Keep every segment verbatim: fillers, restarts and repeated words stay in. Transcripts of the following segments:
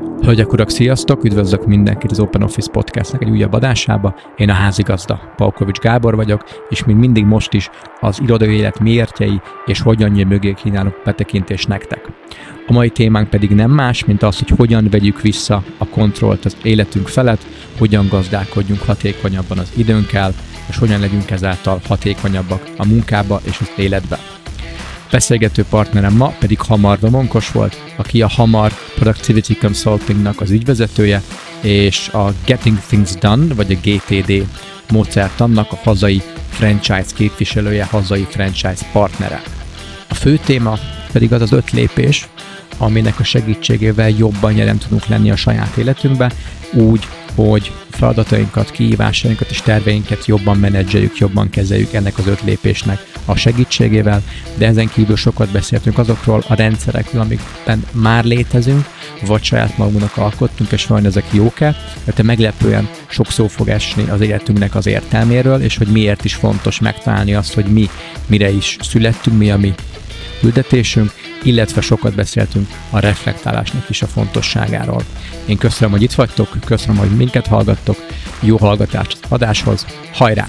Hölgyek, urak, sziasztok! Üdvözlök mindenkit az OpenOffice Podcastnek egy újabb adásába. Én a házigazda, Palkovics Gábor vagyok, és mint mindig most is az irodai élet miértjei és hogyan mögé kínálok betekintést nektek. A mai témánk pedig nem más, mint az, hogy hogyan vegyük vissza a kontrollt az életünk felett, hogyan gazdálkodjunk hatékonyabban az időnkkel, és hogyan legyünk ezáltal hatékonyabbak a munkába és az életbe. Beszélgető partnerem ma pedig Hamar Domonkos volt, aki a Hamar Productivity Consultingnak az ügyvezetője, és a Getting Things Done, vagy a gé té dé módszertannak a hazai franchise képviselője, hazai franchise partnere. A fő téma pedig az az öt lépés, aminek a segítségével jobban jelen tudunk lenni a saját életünkbe, úgy, hogy feladatainkat, kihívásainkat és terveinket jobban menedzseljük, jobban kezeljük ennek az öt lépésnek a segítségével, de ezen kívül sokat beszéltünk azokról a rendszerekről, amikben már létezünk, vagy saját magunknak alkottunk, és vajon ezek jók-e, mert meglepően sok szó fog esni az életünknek az értelméről, és hogy miért is fontos megtalálni azt, hogy mi mire is születtünk, mi a mi küldetésünk, illetve sokat beszéltünk a reflektálásnak is a fontosságáról. Én köszönöm, hogy itt vagytok, köszönöm, hogy minket hallgattok, jó hallgatást az adáshoz, hajrá!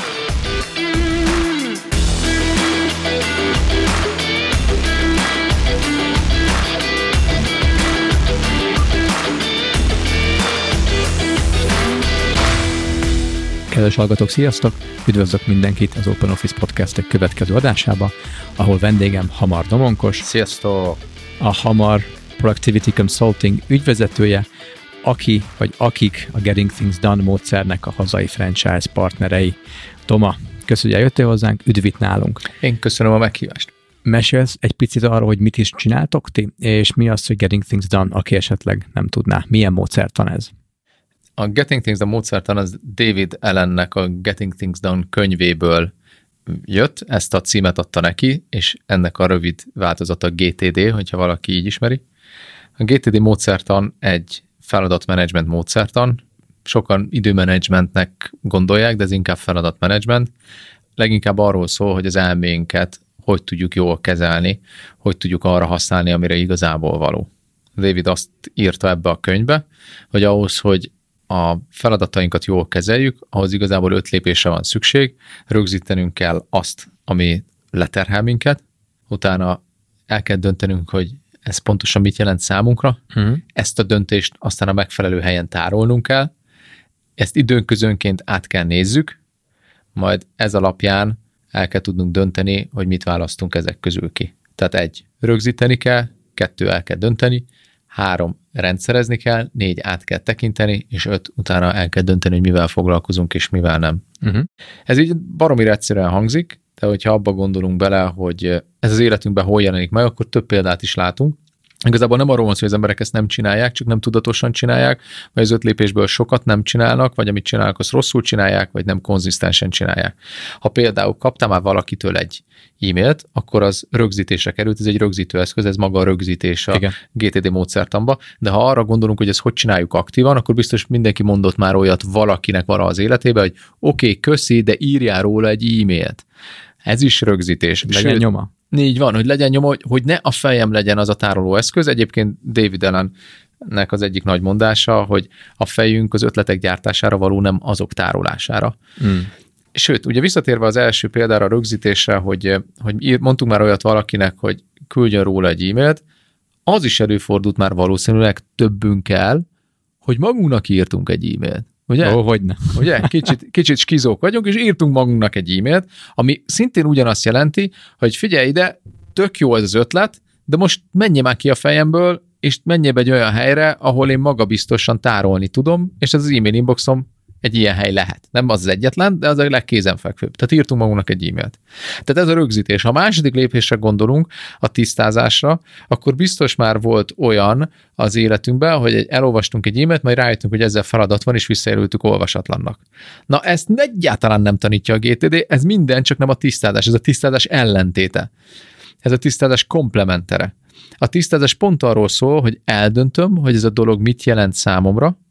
Kedves hallgatók, sziasztok! Üdvözlök mindenkit az OpenOffice Podcast egy következő adásába, ahol vendégem Hamar Domonkos. Sziasztok! A Hamar Productivity Consulting ügyvezetője, aki vagy akik a Getting Things Done módszernek a hazai franchise partnerei. Toma, köszönjük, hogy eljöttél hozzánk, üdv itt nálunk. Én köszönöm a meghívást. Mesélsz egy picit arról, hogy mit is csináltok ti, és mi az, hogy Getting Things Done, aki esetleg nem tudná. Milyen módszertan ez? A Getting Things Done módszertan az David Allennek a Getting Things Done könyvéből jött, ezt a címet adta neki, és ennek a rövid változata gé té dé, hogyha valaki így ismeri. A gé té dé módszertan egy feladatmenedzsment módszertan, sokan időmenedzsmentnek gondolják, de ez inkább feladatmenedzsment. Leginkább arról szól, hogy az elménket hogy tudjuk jól kezelni, hogy tudjuk arra használni, amire igazából való. David azt írta ebbe a könyvbe, hogy ahhoz, hogy a feladatainkat jól kezeljük, ahhoz igazából öt lépésre van szükség, rögzítenünk kell azt, ami leterhel minket, utána el kell döntenünk, hogy ez pontosan mit jelent számunkra, uh-huh. Ezt a döntést aztán a megfelelő helyen tárolnunk kell, ezt időnközönként át kell nézzük, majd ez alapján el kell tudnunk dönteni, hogy mit választunk ezek közül ki. Tehát egy, rögzíteni kell, kettő, el kell dönteni, három, rendszerezni kell, négy, át kell tekinteni, és öt, utána el kell dönteni, hogy mivel foglalkozunk, és mivel nem. Uh-huh. Ez így baromira egyszerűen hangzik, de hogyha abba gondolunk bele, hogy ez az életünkben hol jelenik meg, akkor több példát is látunk. Igazából nem arról van szó, hogy az emberek ezt nem csinálják, csak nem tudatosan csinálják, vagy az öt lépésből sokat nem csinálnak, vagy amit csinálnak, azt rosszul csinálják, vagy nem konzisztensen csinálják. Ha például kaptál már valakitől egy e-mailt, akkor az rögzítésre került, ez egy rögzítőeszköz, ez maga a rögzítés a Igen. gé té dé módszertanba, de ha arra gondolunk, hogy ezt hogy csináljuk aktívan, akkor biztos mindenki mondott már olyat valakinek valaha az életében, hogy oké, okay, köszi, de írjál róla egy e-mailt. Ez is rögzítés. Legyen Sőt, nyoma. Így van, hogy legyen nyoma, hogy, hogy ne a fejem legyen az a tárolóeszköz. Egyébként David Allennek az egyik nagy mondása, hogy a fejünk az ötletek gyártására való, nem azok tárolására. Mm. Sőt, ugye visszatérve az első példára, a rögzítésre, hogy, hogy mondtunk már olyat valakinek, hogy küldjön róla egy e-mailt, az is előfordult már valószínűleg többünkkel, hogy magunknak írtunk egy e-mailt. Ugye? Ó, hogyne. Ugye? Kicsit, kicsit skizók vagyunk, és írtunk magunknak egy e-mailt, ami szintén ugyanazt jelenti, hogy figyelj ide, tök jó ez az ötlet, de most menjél már ki a fejemből, és menjél be egy olyan helyre, ahol én magabiztosan tárolni tudom, és ez az e-mail inboxom egy ilyen hely lehet. Nem az az egyetlen, de az a legkézenfekvőbb. Tehát írtunk magunknak egy e-mailt. Tehát ez a rögzítés. Ha a második lépésre gondolunk, a tisztázásra, akkor biztos már volt olyan az életünkben, hogy egy, elolvastunk egy e-mailt, majd rájöttünk, hogy ezzel feladat van, és visszajelöltük olvasatlannak. Na ezt egyáltalán nem tanítja a gé té dé, ez minden, csak nem a tisztázás. Ez a tisztázás ellentéte. Ez a tisztázás komplementere. A tisztázás pont arról szól, hogy eldöntöm, hogy ez a dolog mit jelent számomra,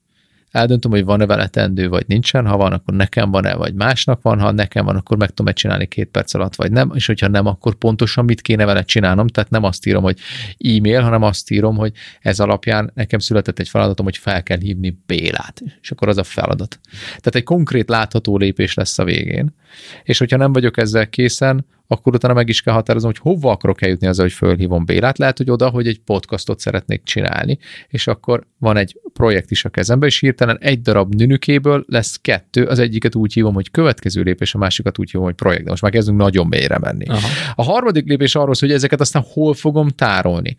eldöntöm, hogy van-e vele teendő, vagy nincsen, ha van, akkor nekem van-e, vagy másnak van, ha nekem van, akkor meg tudom-e csinálni két perc alatt, vagy nem, és hogyha nem, akkor pontosan mit kéne vele csinálnom, tehát nem azt írom, hogy e-mail, hanem azt írom, hogy ez alapján nekem született egy feladatom, hogy fel kell hívni Bélát, és akkor az a feladat. Tehát egy konkrét látható lépés lesz a végén, és hogyha nem vagyok ezzel készen, akkor utána meg is kell határoznom, hogy hova akarok eljutni azzal, hogy fölhívom Bélát. Lehet, hogy oda, hogy egy podcastot szeretnék csinálni, és akkor van egy projekt is a kezemben, és hirtelen egy darab nünükéből lesz kettő, az egyiket úgy hívom, hogy következő lépés, a másikat úgy hívom, hogy projekt. De most már kezdünk nagyon mélyre menni. Aha. A harmadik lépés arról szól, hogy ezeket aztán hol fogom tárolni.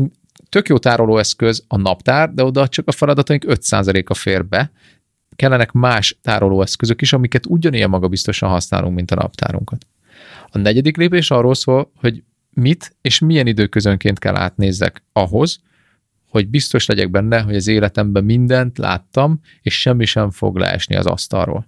Tök jó tárolóeszköz a naptár, de oda csak a feladataink öt százaléka fér be. Kellenek más tárolóeszközök is, amiket ugyanilyen magabiztosan használunk, mint a naptárunkat. A negyedik lépés arról szól, hogy mit és milyen időközönként kell átnézzek ahhoz, hogy biztos legyek benne, hogy az életemben mindent láttam, és semmi sem fog leesni az asztalról.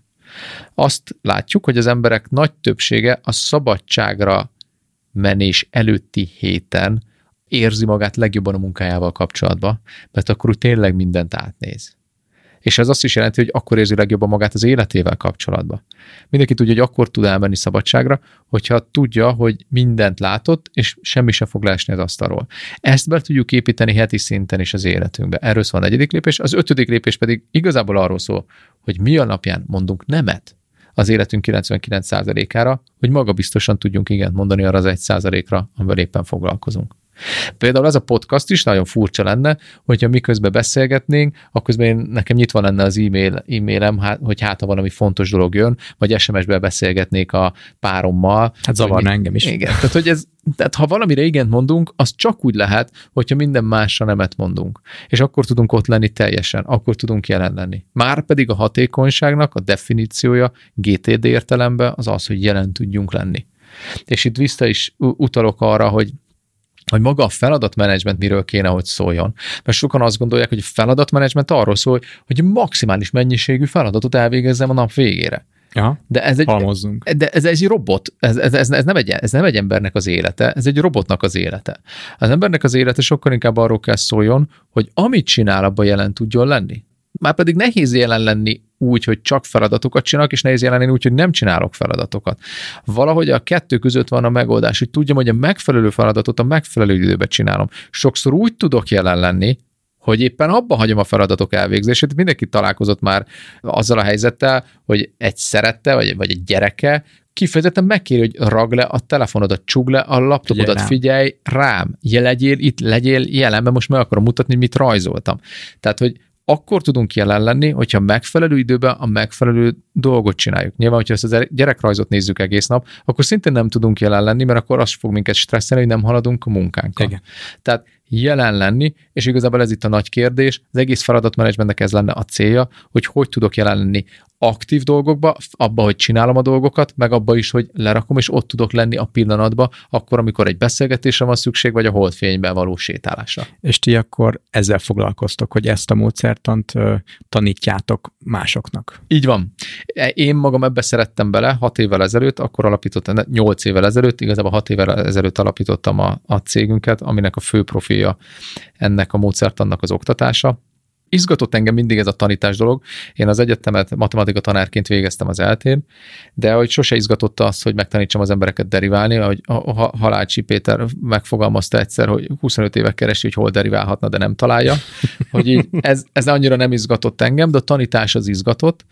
Azt látjuk, hogy az emberek nagy többsége a szabadságra menés előtti héten érzi magát legjobban a munkájával kapcsolatban, mert akkor úgy tényleg mindent átnéz. És ez azt is jelenti, hogy akkor érzi legjobban magát az életével kapcsolatban. Mindenki tudja, hogy akkor tud elmenni szabadságra, hogyha tudja, hogy mindent látott, és semmi sem fog leesni az asztalról. Ezt be tudjuk építeni heti szinten is az életünkbe. Erről szól a negyedik lépés. Az ötödik lépés pedig igazából arról szól, hogy mi alapján mondunk nemet az életünk kilencvenkilenc százalékára, hogy magabiztosan tudjunk igent mondani arra az egy százalékra, amivel éppen foglalkozunk. Például ez a podcast is nagyon furcsa lenne, hogyha miközben beszélgetnénk, akkor én, nekem nyitva lenne az e-mail, e-mailem, hát, hogy hát ha valami fontos dolog jön, vagy es em es-ben beszélgetnék a párommal. Hát zavarna engem is. Igen, tehát, hogy ez, tehát ha valamire igent mondunk, az csak úgy lehet, hogyha minden másra nemet mondunk. És akkor tudunk ott lenni teljesen, akkor tudunk jelen lenni. Márpedig a hatékonyságnak a definíciója gé té dé értelemben az az, hogy jelen tudjunk lenni. És itt vissza is utalok arra, hogy hogy maga a feladatmenedzsment miről kéne, hogy szóljon. Mert sokan azt gondolják, hogy a feladatmenedzsment arról szól, hogy maximális mennyiségű feladatot elvégezzem a nap végére. Ja, de ez egy, halmozzunk. De ez egy robot, ez, ez, ez, ez, nem egy, ez nem egy embernek az élete, ez egy robotnak az élete. Az embernek az élete sokkal inkább arról kell szóljon, hogy amit csinál, abban jelen tudjon lenni. Márpedig nehéz jelen lenni úgy, hogy csak feladatokat csinálok, és nehéz jelen lenni úgy, hogy nem csinálok feladatokat. Valahogy a kettő között van a megoldás, hogy tudjam, hogy a megfelelő feladatot a megfelelő időben csinálom. Sokszor úgy tudok jelen lenni, hogy éppen abba hagyom a feladatok elvégzését. Mindenki találkozott már azzal a helyzettel, hogy egy szerette, vagy, vagy egy gyereke kifejezetten megkéri, hogy ragd le a telefonodat, csugd le a laptopodat, figyelj rám, legyél itt, legyél jelen, mert most meg akarom mutatni, mit rajzoltam. Tehát, hogy akkor tudunk jelen lenni, hogyha megfelelő időben a megfelelő dolgot csináljuk. Nyilván, hogyha ezt a gyerekrajzot nézzük egész nap, akkor szintén nem tudunk jelen lenni, mert akkor az fog minket stresszelni, hogy nem haladunk a munkánkkal. Igen. Tehát jelen lenni, és igazából ez itt a nagy kérdés, az egész feladatmenedzsmentnek ez lenne a célja, hogy hogy tudok jelen lenni aktív dolgokba, abba, hogy csinálom a dolgokat, meg abba is, hogy lerakom, és ott tudok lenni a pillanatban, akkor, amikor egy beszélgetésre van szükség, vagy a holdfényben való sétálásra. És ti akkor ezzel foglalkoztok, hogy ezt a módszertant uh, tanítjátok másoknak. Így van. Én magam ebbe szerettem bele hat évvel ezelőtt, akkor alapítottam, nyolc évvel ezelőtt, igazából hat évvel ezelőtt alapítottam a, a cégünket, aminek a fő profilja ennek a módszertannak az oktatása. Izgatott engem mindig ez a tanítás dolog. Én az egyetemet matematika tanárként végeztem az eltén, de hogy sose izgatott az, hogy megtanítsam az embereket deriválni, ahogy a Halácsi Péter megfogalmazta egyszer, hogy huszonöt éve keresi, hogy hol deriválhatna, de nem találja. Hogy így ez, ez annyira nem izgatott engem, de a tanítás az izgatott.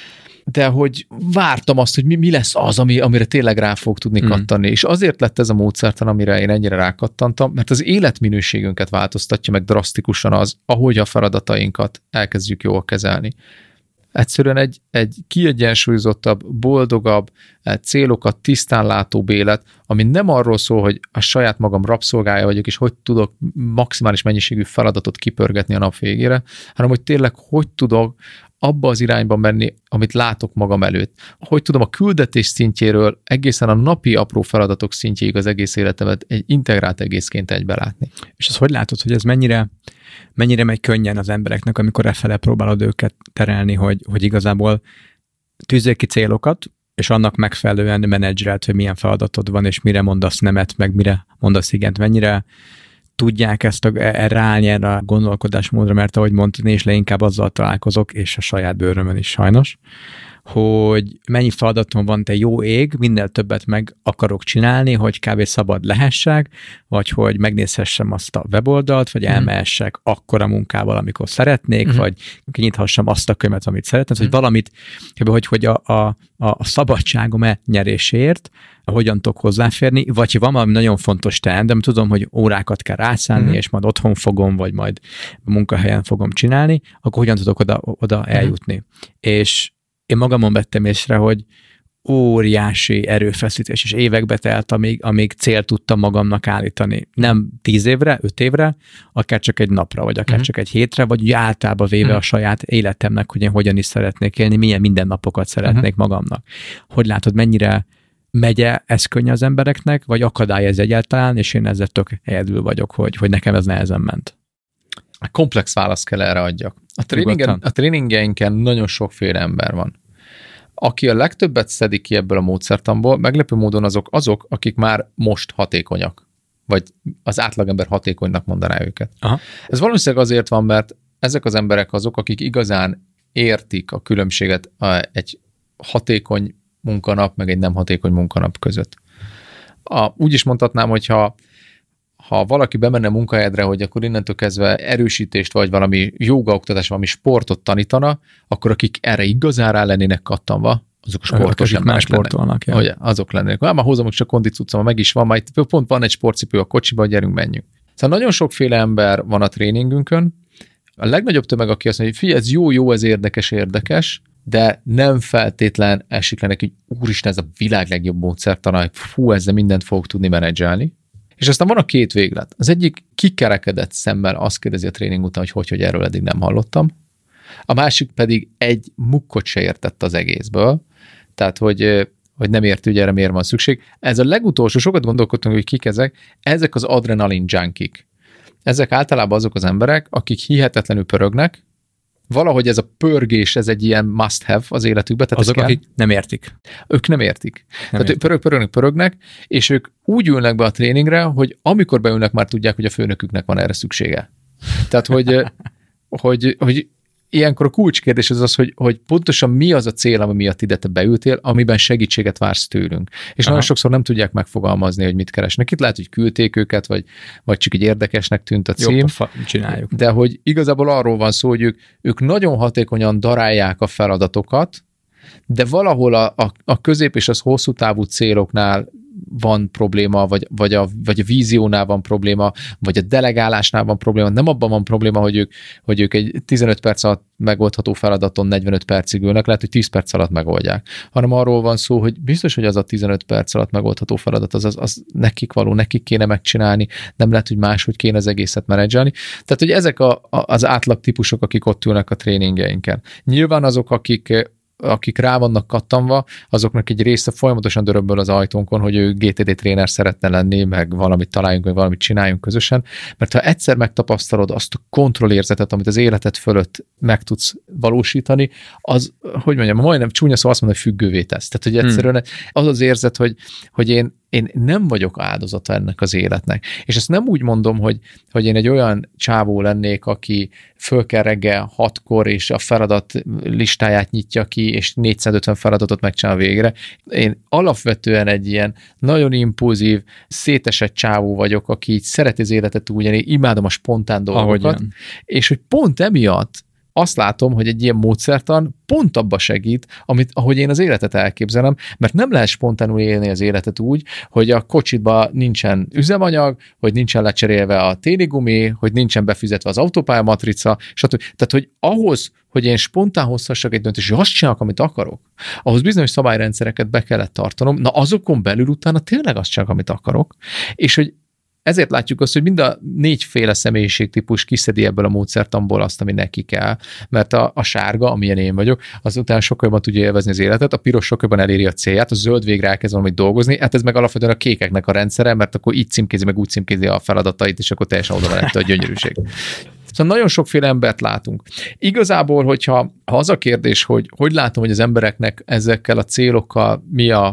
De hogy vártam azt, hogy mi, mi lesz az, ami, amire tényleg rá fog tudni mm. kattani. És azért lett ez a módszertan, amire én ennyire rákattantam, mert az életminőségünket változtatja meg drasztikusan az, ahogy a feladatainkat elkezdjük jól kezelni. Egyszerűen egy, egy kiegyensúlyozottabb, boldogabb, célokat tisztán látóbb élet, ami nem arról szól, hogy a saját magam rabszolgája vagyok, és hogy tudok maximális mennyiségű feladatot kipörgetni a nap végére, hanem hogy tényleg hogy tudok abba az irányba menni, amit látok magam előtt. Hogy tudom a küldetés szintjéről egészen a napi apró feladatok szintjéig az egész életemet egy integrált egészként egybe látni. És azt hogy látod, hogy ez mennyire, mennyire megy könnyen az embereknek, amikor efele próbálod őket terelni, hogy, hogy igazából tűzzél ki célokat, és annak megfelelően menedzselt, hogy milyen feladatod van, és mire mondasz nemet, meg mire mondasz igent, mennyire tudják ezt a, erre állni, erre a gondolkodásmódra, mert ahogy mondtad, és leginkább azzal találkozok, és a saját bőrömön is sajnos, hogy mennyi feladatom van, te jó ég, minél többet meg akarok csinálni, hogy kb. Szabad lehessek, vagy hogy megnézhessem azt a weboldalt, vagy elmehessek mm. akkora munkával, amikor szeretnék, mm. vagy kinyithassam azt a könyvet, amit szeretnék, mm. hogy valamit, hogy, hogy a, a, a szabadságom elnyeréséért hogyan tudok hozzáférni, vagy ha van valami nagyon fontos teendőm, tudom, hogy órákat kell rászállni, mm. és majd otthon fogom, vagy majd munkahelyen fogom csinálni, akkor hogyan tudok oda, oda mm. eljutni. És én magamon vettem észre, hogy óriási erőfeszítés, és évekbe telt, amíg, amíg célt tudtam magamnak állítani. Nem tíz évre, öt évre, akár csak egy napra, vagy akár mm. csak egy hétre, vagy úgy általában véve mm. a saját életemnek, hogy én hogyan is szeretnék élni, milyen mindennapokat szeretnék mm. magamnak. Hogy látod, mennyire megye ez könnyű az embereknek, vagy akadály ez egyáltalán, és én ezzel tök egyedül vagyok, hogy, hogy nekem ez nehezen ment. Komplex választ kell erre adjak. A, tréningen, a tréningeinken nagyon sokféle ember van. Aki a legtöbbet szedik ki ebből a módszertanból, meglepő módon azok, azok, akik már most hatékonyak. Vagy az átlagember hatékonynak mondaná őket. Aha. Ez valószínűleg azért van, mert ezek az emberek azok, akik igazán értik a különbséget egy hatékony munkanap, meg egy nem hatékony munkanap között. A, úgy is mondhatnám, hogyha ha valaki bemenne munkahelyedre, hogy akkor innentől kezdve erősítést, vagy valami jógaoktatás, valami sportot tanítana, akkor akik erre igazán rá lennének kattanva, azok a sportos emberek sportolnak. Ja. Ugye, azok lennének. Már hozom, csak kondicucam, meg is van, majd pont van egy sportcipő a kocsiba, gyerünk, menjünk. Szóval nagyon sokféle ember van a tréningünkön. A legnagyobb tömeg, aki azt mondja, hogy figyelj, ez jó, jó, ez érdekes, érdekes, de nem feltétlen esik le neki, hogy úristen, ez a világ legjobb módszertana, fú, ezzel mindent fogok tudni menedzselni. És aztán van a két véglet. Az egyik kikerekedett szemmel azt kérdezi a tréning után, hogy hogy, hogy erről eddig nem hallottam. A másik pedig egy mukkot se értett az egészből, tehát hogy, hogy nem érti, hogy erre miért van szükség. Ez a legutolsó, sokat gondolkodtunk, hogy kik ezek, ezek az adrenalin junkik. Ezek általában azok az emberek, akik hihetetlenül pörögnek, valahogy ez a pörgés, ez egy ilyen must have az életükben. Tehát azok, akik nem értik. Ők nem értik. Nem tehát értik. Pörög, pörögnek, pörögnek, és ők úgy ülnek be a tréningre, hogy amikor beülnek, már tudják, hogy a főnöküknek van erre szüksége. Tehát, hogy, hogy, hogy ilyenkor a kulcskérdés az az, hogy, hogy pontosan mi az a cél, ami miatt ide te beültél, amiben segítséget vársz tőlünk. És Aha. nagyon sokszor nem tudják megfogalmazni, hogy mit keresnek. Itt lehet, hogy küldték őket, vagy, vagy csak egy érdekesnek tűnt a cím. Jobb, fa- csináljuk. De hogy igazából arról van szó, hogy ők, ők nagyon hatékonyan darálják a feladatokat, de valahol a, a, a közép és az hosszú távú céloknál van probléma, vagy, vagy, a, vagy a víziónál van probléma, vagy a delegálásnál van probléma. Nem abban van probléma, hogy ők, hogy ők egy tizenöt perc alatt megoldható feladaton negyvenöt percig ülnek, lehet, hogy tíz perc alatt megoldják. Hanem arról van szó, hogy biztos, hogy az a tizenöt perc alatt megoldható feladat, az, az, az nekik való, nekik kéne megcsinálni, nem lehet, hogy máshogy kéne az egészet menedzselni. Tehát, hogy ezek a, a, az átlag típusok, akik ott ülnek a tréningeinken. Nyilván azok, akik akik rá vannak kattanva, azoknak egy része folyamatosan dörömböl az ajtónkon, hogy ő gé té dé tréner szeretne lenni, meg valamit találjunk, meg valamit csináljunk közösen, mert ha egyszer megtapasztalod azt a kontrollérzetet, amit az életed fölött meg tudsz valósítani, az, hogy mondjam, majdnem csúnya szó azt mondom, hogy függővé tesz. Tehát, hogy egyszerűen az az érzet, hogy, hogy én én nem vagyok áldozata ennek az életnek. És ezt nem úgy mondom, hogy, hogy én egy olyan csávó lennék, aki föl kell reggel hatkor, és a feladat listáját nyitja ki, és négyszázötven feladatot megcsinál végre. Én alapvetően egy ilyen nagyon impulzív, szétesett csávó vagyok, aki így szereti az életet úgy, én imádom a spontán dolgokat, és hogy pont emiatt azt látom, hogy egy ilyen módszertan pont abba segít, amit, ahogy én az életet elképzelem, mert nem lehet spontánul élni az életet úgy, hogy a kocsitban nincsen üzemanyag, hogy nincsen lecserélve a téligumi, hogy nincsen befizetve az autópálya matrica, stb. Tehát, hogy ahhoz, hogy én spontán hozhassak egy döntést, hogy azt csinálok, amit akarok, ahhoz bizonyos szabályrendszereket be kellett tartanom, na azokon belül utána tényleg azt csinálok, amit akarok, és hogy ezért látjuk azt, hogy mind a négyféle személyiségtípus kiszedi ebből a módszertanból azt, ami neki kell, mert a, a sárga, amilyen én vagyok, azután sokkal jobban tudja élvezni az életet, a piros sokkal jobban eléri a célját, a zöld végre elkezd valamit dolgozni, hát ez meg alapvetően a kékeknek a rendszere, mert akkor így címkézi, meg úgy címkézi a feladatait, és akkor teljesen oda van a gyönyörűség. Szóval nagyon sokféle embert látunk. Igazából, hogyha ha az a kérdés, hogy hogy látom, hogy az embereknek ezekkel a célokkal mi a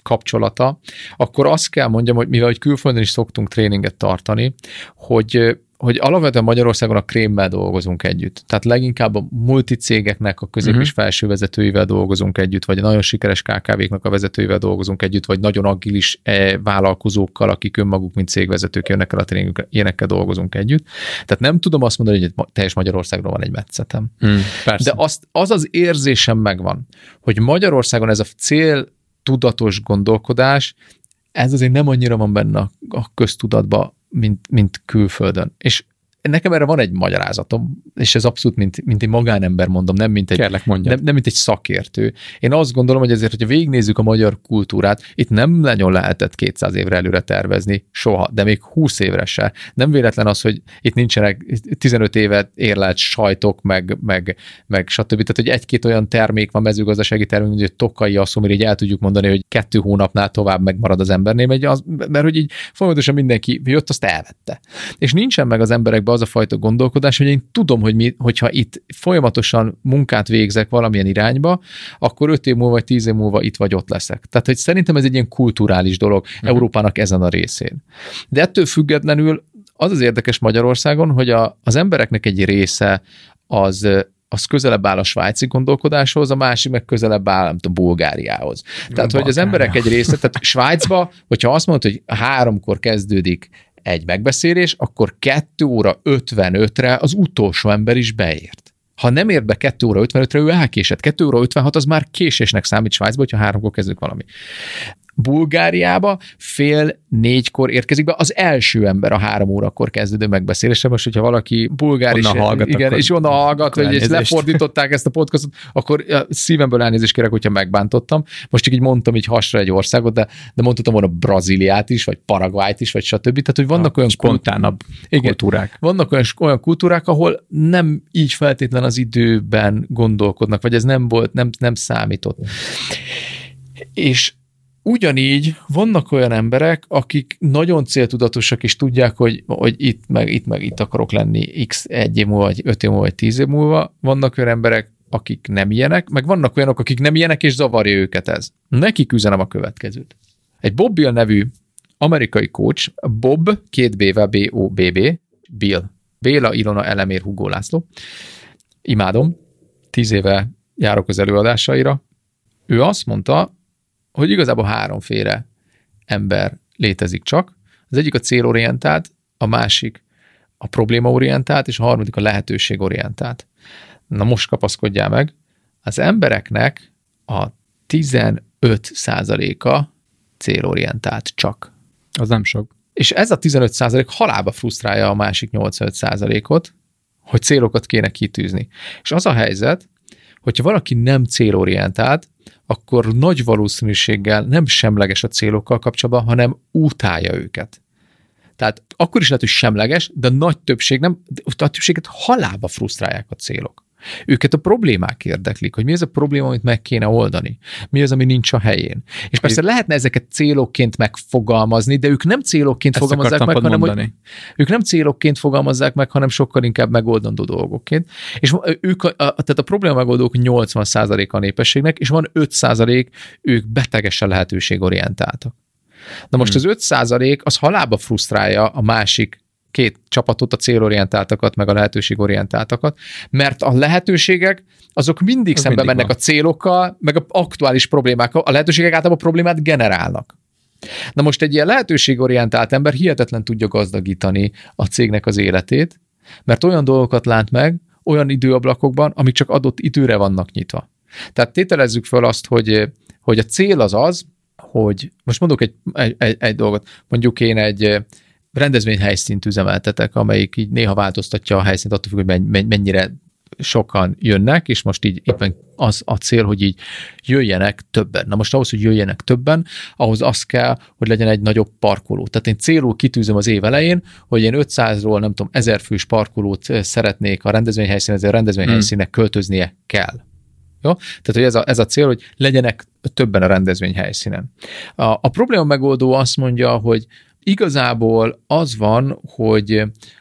kapcsolata, akkor azt kell mondjam, hogy mivel hogy külföldön is szoktunk tréninget tartani, hogy hogy alapvetően Magyarországon a krémmel dolgozunk együtt. Tehát leginkább a multicégeknek a közép- uh-huh. és felső vezetőivel dolgozunk együtt, vagy a nagyon sikeres ká ká véknak a vezetőivel dolgozunk együtt, vagy nagyon agilis vállalkozókkal, akik önmaguk, mint cégvezetők jönnek el a tréningünkre, ilyenekkel dolgozunk együtt. Tehát nem tudom azt mondani, hogy teljes Magyarországról van egy metszetem. Hmm, de azt, az az érzésem megvan, hogy Magyarországon ez a cél tudatos gondolkodás, ez azért nem annyira van benne a, a köztudatban, mint, mint külföldön. És nekem erre van egy magyarázatom, és ez abszolút, mint, mint egy magánember mondom, nem mint egy, nem, nem mint egy szakértő. Én azt gondolom, hogy ezért, hogyha végignézzük a magyar kultúrát, itt nem nagyon lehetett kétszáz évre előre tervezni, soha, de még húsz évre se. Nem véletlen az, hogy itt nincsenek tizenöt évet érlelt sajtok, meg, meg, meg stb. Tehát, hogy egy-két olyan termék van, mezőgazdasági termék, mint egy tokai asszó, amire így el tudjuk mondani, hogy kettő hónapnál tovább megmarad az embernél, az, mert hogy így folyamatosan mindenki jött, azt elvette. És nincsen meg az emberekben az a fajta gondolkodás, hogy én tudom, hogy mi, hogyha itt folyamatosan munkát végzek valamilyen irányba, akkor öt év múlva, vagy tíz év múlva itt vagy ott leszek. Tehát, hogy szerintem ez egy ilyen kulturális dolog uh-huh. Európának ezen a részén. De ettől függetlenül az az érdekes Magyarországon, hogy a, az embereknek egy része az az közelebb áll a svájci gondolkodáshoz, a másik meg közelebb áll, nem tudom, Bulgáriához. Tehát, hogy az emberek egy része, tehát Svájcba, hogyha azt mondod, hogy háromkor kezdődik egy megbeszélés, akkor kettő óra ötvenötre az utolsó ember is beért. Ha nem ért be kettő óra ötvenötre, ő elkésett. kettő óra ötvenhat az már késésnek számít Svájcba, hogyha háromkor kezdődik valami. Bulgáriába fél négykor érkezik be az első ember a három órakor kezdődő megbeszélésre. Most, hogyha valaki bulgár is, hallgat, igen, és onnan hallgat, hogy és lefordították ezt a podcastot, akkor szívemből elnézést kérek, hogyha megbántottam. Most csak így mondtam így hasra egy országot, de, de mondhatom volna Brazíliát is, vagy Paraguayt is, vagy stb. Tehát, hogy vannak a olyan spontánabb igen, kultúrák. Vannak olyan, olyan kultúrák, ahol nem így feltétlen az időben gondolkodnak, vagy ez nem volt, nem, nem számított. És ugyanígy vannak olyan emberek, akik nagyon céltudatosak, és tudják, hogy, hogy itt, meg itt, meg itt akarok lenni x egy év múlva, vagy öt év múlva, vagy tíz év múlva. Vannak olyan emberek, akik nem ilyenek, meg vannak olyanok, akik nem ilyenek, és zavarja őket ez. Nekik üzenem a következőt. Egy Bob Bill nevű amerikai coach, Bob, két B-vel, B O B B, Bill. Béla, Ilona, Elemér, Hugo László. Imádom. Tíz éve járok az előadásaira. Ő azt mondta, hogy igazából háromféle ember létezik csak. Az egyik a célorientált, a másik a problémaorientált, és a harmadik a lehetőségorientált. Na most kapaszkodjál meg. Az embereknek a tizenöt százaléka célorientált csak. Az nem sok. És ez a tizenöt százalék halálba frusztrálja a másik nyolcvanöt százalékot, hogy célokat kéne kitűzni. És az a helyzet, hogyha valaki nem célorientált, akkor nagy valószínűséggel nem semleges a célokkal kapcsolatban, hanem utálja őket. Tehát akkor is lehet, hogy semleges, de nagy többség nem, a többséget halálba frusztrálják a célok. Őket a problémák érdeklik, hogy mi az a probléma, amit meg kéne oldani, mi az, ami nincs a helyén. És persze lehetne ezeket célokként megfogalmazni, de ők nem célokként Ezt fogalmazzák meg, hanem hogy ők nem célokként fogalmazzák meg, hanem sokkal inkább megoldandó dolgokként. És ők, a, a, tehát a probléma megoldók nyolcvan százaléka a népességnek, és van öt százalék, ők betegesen lehetőségorientáltak. Na most hmm. az öt százalék az halálba frusztrálja a másik két csapatot, a célorientáltakat, meg a lehetőségorientáltakat, mert a lehetőségek, azok mindig Ez szembe mindig mennek van. A célokkal, meg a aktuális problémákkal. A lehetőségek általában problémát generálnak. Na most egy ilyen lehetőségorientált ember hihetetlen tudja gazdagítani a cégnek az életét, mert olyan dolgokat lát meg, olyan időablakokban, amik csak adott időre vannak nyitva. Tehát tételezzük föl azt, hogy, hogy a cél az az, hogy most mondok egy, egy, egy, egy dolgot, mondjuk én egy rendezvényhelyszínt üzemeltetek, amelyik így néha változtatja a helyszínt, attól függ, hogy mennyire sokan jönnek, és most így éppen az a cél, hogy így jöjjenek többen. Na most ahhoz, hogy jöjjenek többen, ahhoz az kell, hogy legyen egy nagyobb parkoló. Tehát én célul kitűzöm az év elején, hogy én ötszázról, nem tudom, ezer fős parkolót szeretnék a rendezvényhelyszín, ezért a rendezvényhelyszínnek költöznie kell. Jó? Tehát, hogy ez a, ez a cél, hogy legyenek többen a rendezvényhelyszínen. A, a probléma megoldó azt mondja, hogy igazából az van, hogy,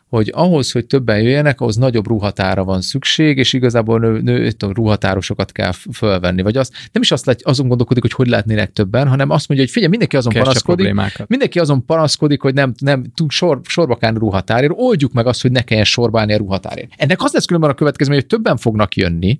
hogy ahhoz, hogy többen jöjjenek, ahhoz nagyobb ruhatára van szükség, és igazából nő, nő, ruhatárosokat kell fölvenni. Vagy azt, nem is azt lát, azon gondolkodik, hogy hogy lehetnének többen, hanem azt mondja, hogy figyelj, mindenki azon panaszkodik, mindenki azon panaszkodik, hogy nem, nem tud sor, sorba kellene ruhatárért, oldjuk meg azt, hogy ne kelljen sorba állni a ruhatárért. Ennek az lesz különben a következmény, hogy többen fognak jönni,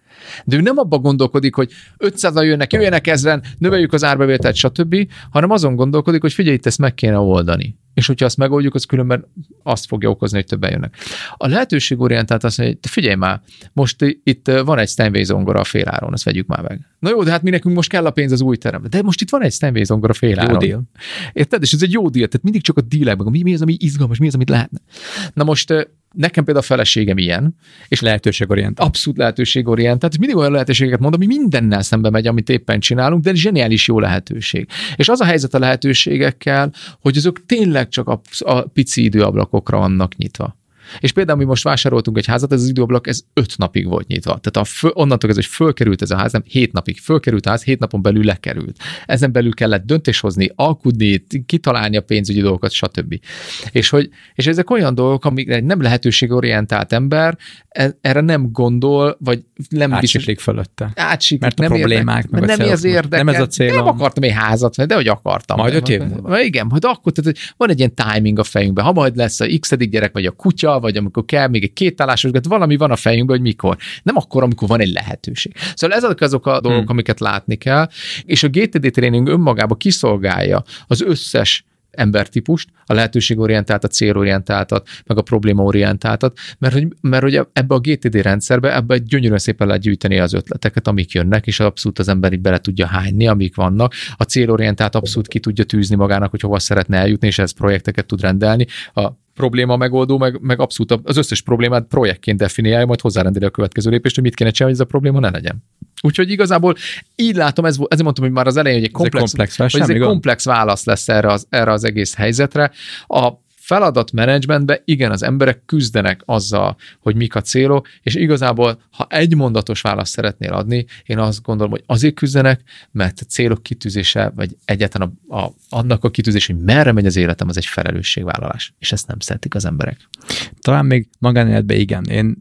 de ő nem abban gondolkodik, hogy ötszázan jönnek, jöjjenek ezren, növeljük az árbevételt, stb., hanem azon gondolkodik, hogy figyelj, itt ezt meg kéne oldani. És hogyha azt megoldjuk, az különben azt fogja okozni, hogy többen jönnek. A lehetőségorientált azt mondja, hogy figyelj már, most itt van egy Steinway zongora a féláron, azt vegyük már meg. Na jó, de hát mi nekünk most kell a pénz az új terembe. De most itt van egy Steinway zongora féláron. Jó deal. Érted? És ez egy jó deal, tehát mindig csak a dealekben, mi, mi az, ami izgalmas, mi az, amit lehetne. Na most nekem például a feleségem ilyen, és lehetőségorientált. Abszolút lehetőségorientált, és mindig olyan lehetőségeket mondom, ami mindennel szembe megy, amit éppen csinálunk, de zseniális jó lehetőség. És az a helyzet a lehetőségekkel, hogy azok tényleg csak a, a pici időablakokra vannak nyitva. És például mi most vásároltunk egy házat, ez az időablak, ez öt napig volt nyitva. Tehát a föl, onnantól ez, hogy fölkerült ez a ház, nem hét napig fölkerült a ház, hét napon belül lekerült. Ezen belül kellett döntés hozni, alkudni, kitalálni a pénzügyi dolgokat, stb. És, hogy, és ezek olyan dolgok, amik egy nem lehetőségorientált ember erre nem gondol, vagy nem átsiklik biztos, fölötte. Átsiklik, mert a nem problémák, érdek, meg nem ez érdekel. Nem ez a célom. Nem akartam egy házat, de hogy akartam. Majd öt év múlva. Igen, hogy akkor tehát, van egy ilyen timing a fejünkben. Ha majd lesz a x-edik gyerek, vagy a kutya, vagy amikor kell még egy kétállásos, valami van a fejünkben, hogy mikor. Nem akkor, amikor van egy lehetőség. Szóval ezek azok a dolgok, hmm. amiket látni kell, és a gé té dé tréning önmagában kiszolgálja az összes embertípust, a lehetőségorientáltat, célorientáltat, meg a problémaorientáltat, mert hogy, mert hogy ebbe a gé té dé rendszerbe, ebbe gyönyörűen szépen lehet gyűjteni az ötleteket, amik jönnek, és abszolút az ember így bele tudja hányni, amik vannak. A célorientált abszolút ki tudja tűzni magának, hogy hova szeretne eljutni, és ez projekteket tud rendelni. A probléma megoldó, meg, meg abszolút az összes problémát projektként definiálja, majd hozzárendeli a következő lépést, hogy mit kéne csinálni, hogy ez a probléma ne legyen. Úgyhogy igazából így látom, ez, ezért mondtam, hogy már az elején, hogy egy komplex, ez komplex, hogy ez egy komplex válasz lesz erre az, erre az egész helyzetre. A feladatmenedzsmentben igen, az emberek küzdenek azzal, hogy mik a célok, és igazából, ha egy mondatos választ szeretnél adni, én azt gondolom, hogy azért küzdenek, mert a célok kitűzése, vagy egyáltalán a, a, annak a kitűzése, hogy merre megy az életem, az egy felelősségvállalás, és ezt nem szeretik az emberek. Talán még magánéletben igen. Én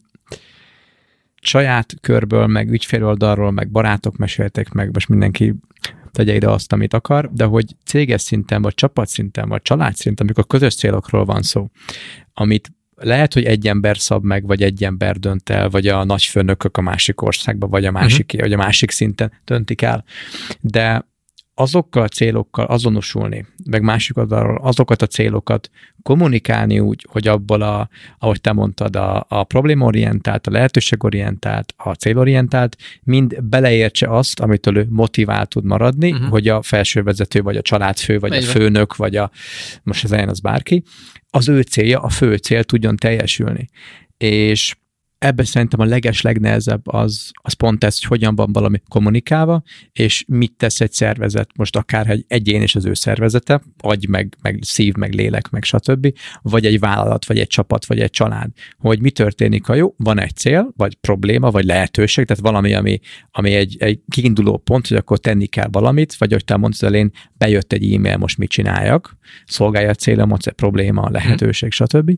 saját körből, meg ügyféloldalról, meg barátok meséltek meg, most mindenki tegye ide azt, amit akar, de hogy céges szinten, vagy csapatszinten, vagy családszinten, amikor közös célokról van szó, amit lehet, hogy egy ember szab meg, vagy egy ember dönt el, vagy a nagyfőnökök a másik országban, vagy a másik, uh-huh. vagy a másik szinten döntik el, de azokkal a célokkal azonosulni, meg másik oldalról azokat a célokat kommunikálni úgy, hogy abból a, ahogy te mondtad, a, a problémaorientált, a lehetőségorientált, a célorientált, mind beleértse azt, amitől ő motivált tud maradni, uh-huh. hogy a felsővezető, vagy a családfő, vagy Egyben. a főnök, vagy a, most az elején az bárki, az ő célja, a fő cél tudjon teljesülni. És ebben szerintem a leges legnehezebb az, az pont ez, hogy hogyan van valami kommunikálva, és mit tesz egy szervezet, most akár egy egyén és az ő szervezete, agy, meg, meg szív, meg lélek, meg stb., vagy egy vállalat, vagy egy csapat, vagy egy család, hogy mi történik, ha jó, van egy cél, vagy probléma, vagy lehetőség, tehát valami, ami, ami egy, egy kiinduló pont, hogy akkor tenni kell valamit, vagy hogy te mondtad elén, bejött egy e-mail, most mit csináljak, szolgálja a célomat, egy probléma, lehetőség, stb.,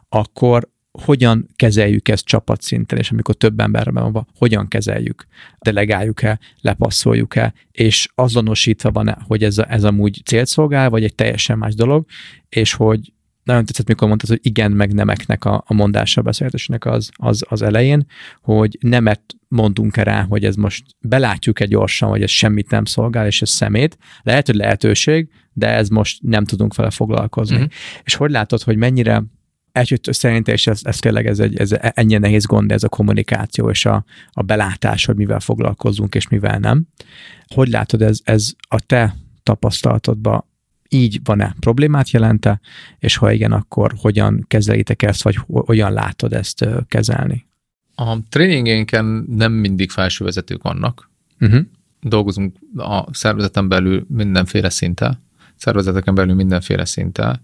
akkor hogyan kezeljük ezt csapatszinten, és amikor több emberben van, hogyan kezeljük, delegáljuk-e, lepasszoljuk-e, és azonosítva van-e, hogy ez, a, ez amúgy célt szolgál, vagy egy teljesen más dolog, és hogy nagyon tetszett, mikor mondtad, hogy igen, meg nemeknek a, a mondása a beszélgetésnek az, az, az elején, hogy nemet mondunk-e rá, hogy ez most belátjuk-e gyorsan, hogy ez semmit nem szolgál, és ez szemét. Lehet, hogy lehetőség, de ez most nem tudunk vele foglalkozni. Mm-hmm. És hogy látod, hogy mennyire Együtt szerintem, és ez, ez tényleg ez, egy, ez ennyire nehéz gond, ez a kommunikáció és a, a belátás, hogy mivel foglalkozzunk és mivel nem. Hogy látod, ez, ez a te tapasztalatodban így van-e, problémát jelente, és ha igen, akkor hogyan kezelitek ezt, vagy hogyan látod ezt kezelni? A tréningénken nem mindig felsővezetők vannak. Uh-huh. Dolgozunk a szervezeten belül mindenféle szinttel, szervezeteken belül mindenféle szinttel,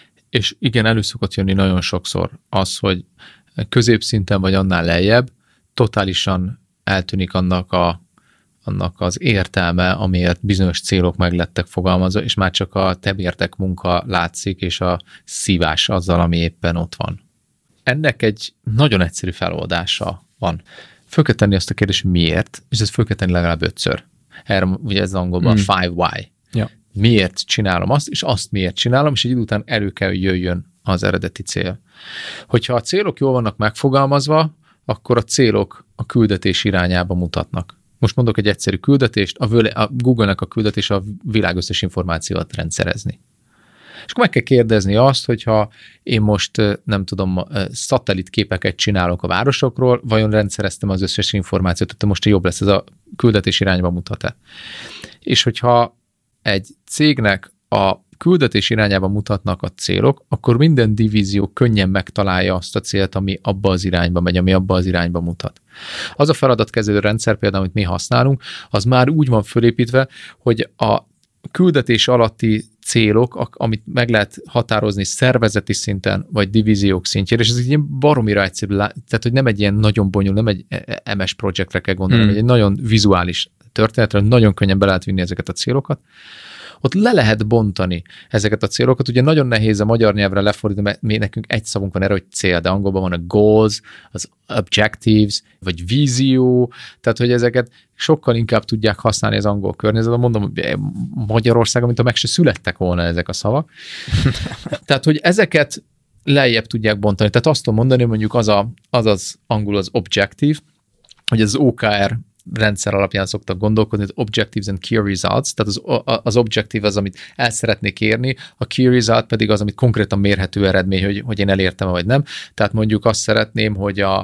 és igen, elő szokott jönni nagyon sokszor az, hogy középszinten vagy annál lejjebb totálisan eltűnik annak a, annak az értelme, amiért bizonyos célok meg lettek fogalmazva, és már csak a tebértek munka látszik, és a szívás azzal, ami éppen ott van. Ennek egy nagyon egyszerű feloldása van. Föl kell tenni azt a kérdést, hogy miért, és ezt föl kell tenni legalább ötször. Erre ugye ez angolban mm. five why. Ja. Miért csinálom azt, és azt miért csinálom, és egy idő után elő kell, hogy jöjjön az eredeti cél. Hogyha a célok jól vannak megfogalmazva, akkor a célok a küldetés irányába mutatnak. Most mondok egy egyszerű küldetést, a Google-nek a küldetés a világ összes információt rendszerezni. És akkor meg kell kérdezni azt, hogyha én most, nem tudom, szatellitképeket csinálok a városokról, vajon rendszereztem az összes információt, tehát most jobb lesz, ez a küldetés irányba mutat-e. És hogyha egy cégnek a küldetés irányába mutatnak a célok, akkor minden divízió könnyen megtalálja azt a célt, ami abba az irányba megy, ami abba az irányba mutat. Az a feladatkezelő rendszer például, amit mi használunk, az már úgy van fölépítve, hogy a küldetés alatti célok, amit meg lehet határozni szervezeti szinten, vagy divíziók szintjén, és ez egy ilyen baromira egyszerű, tehát hogy nem egy ilyen nagyon bonyolult, nem egy em es projektre kell gondolni, hmm. egy nagyon vizuális történetre, nagyon könnyen be lehet vinni ezeket a célokat. Ott le lehet bontani ezeket a célokat. Ugye nagyon nehéz a magyar nyelvre lefordítani, mert mi nekünk egy szavunk van erre, hogy cél, de angolban van a goals, az objectives, vagy vízió, tehát hogy ezeket sokkal inkább tudják használni az angol környezetben. Mondom, hogy Magyarországon, mint ha meg se születtek volna ezek a szavak. Tehát, hogy ezeket lejjebb tudják bontani. Tehát azt tudom mondani, mondjuk az a, az, az angol az objective, hogy az o ká er rendszer alapján szoktak gondolkodni, az objectives and key results, tehát az, az objective az, amit el szeretnék érni, a key result pedig az, amit konkrétan mérhető eredmény, hogy, hogy én elértem, vagy nem. Tehát mondjuk azt szeretném, hogy a,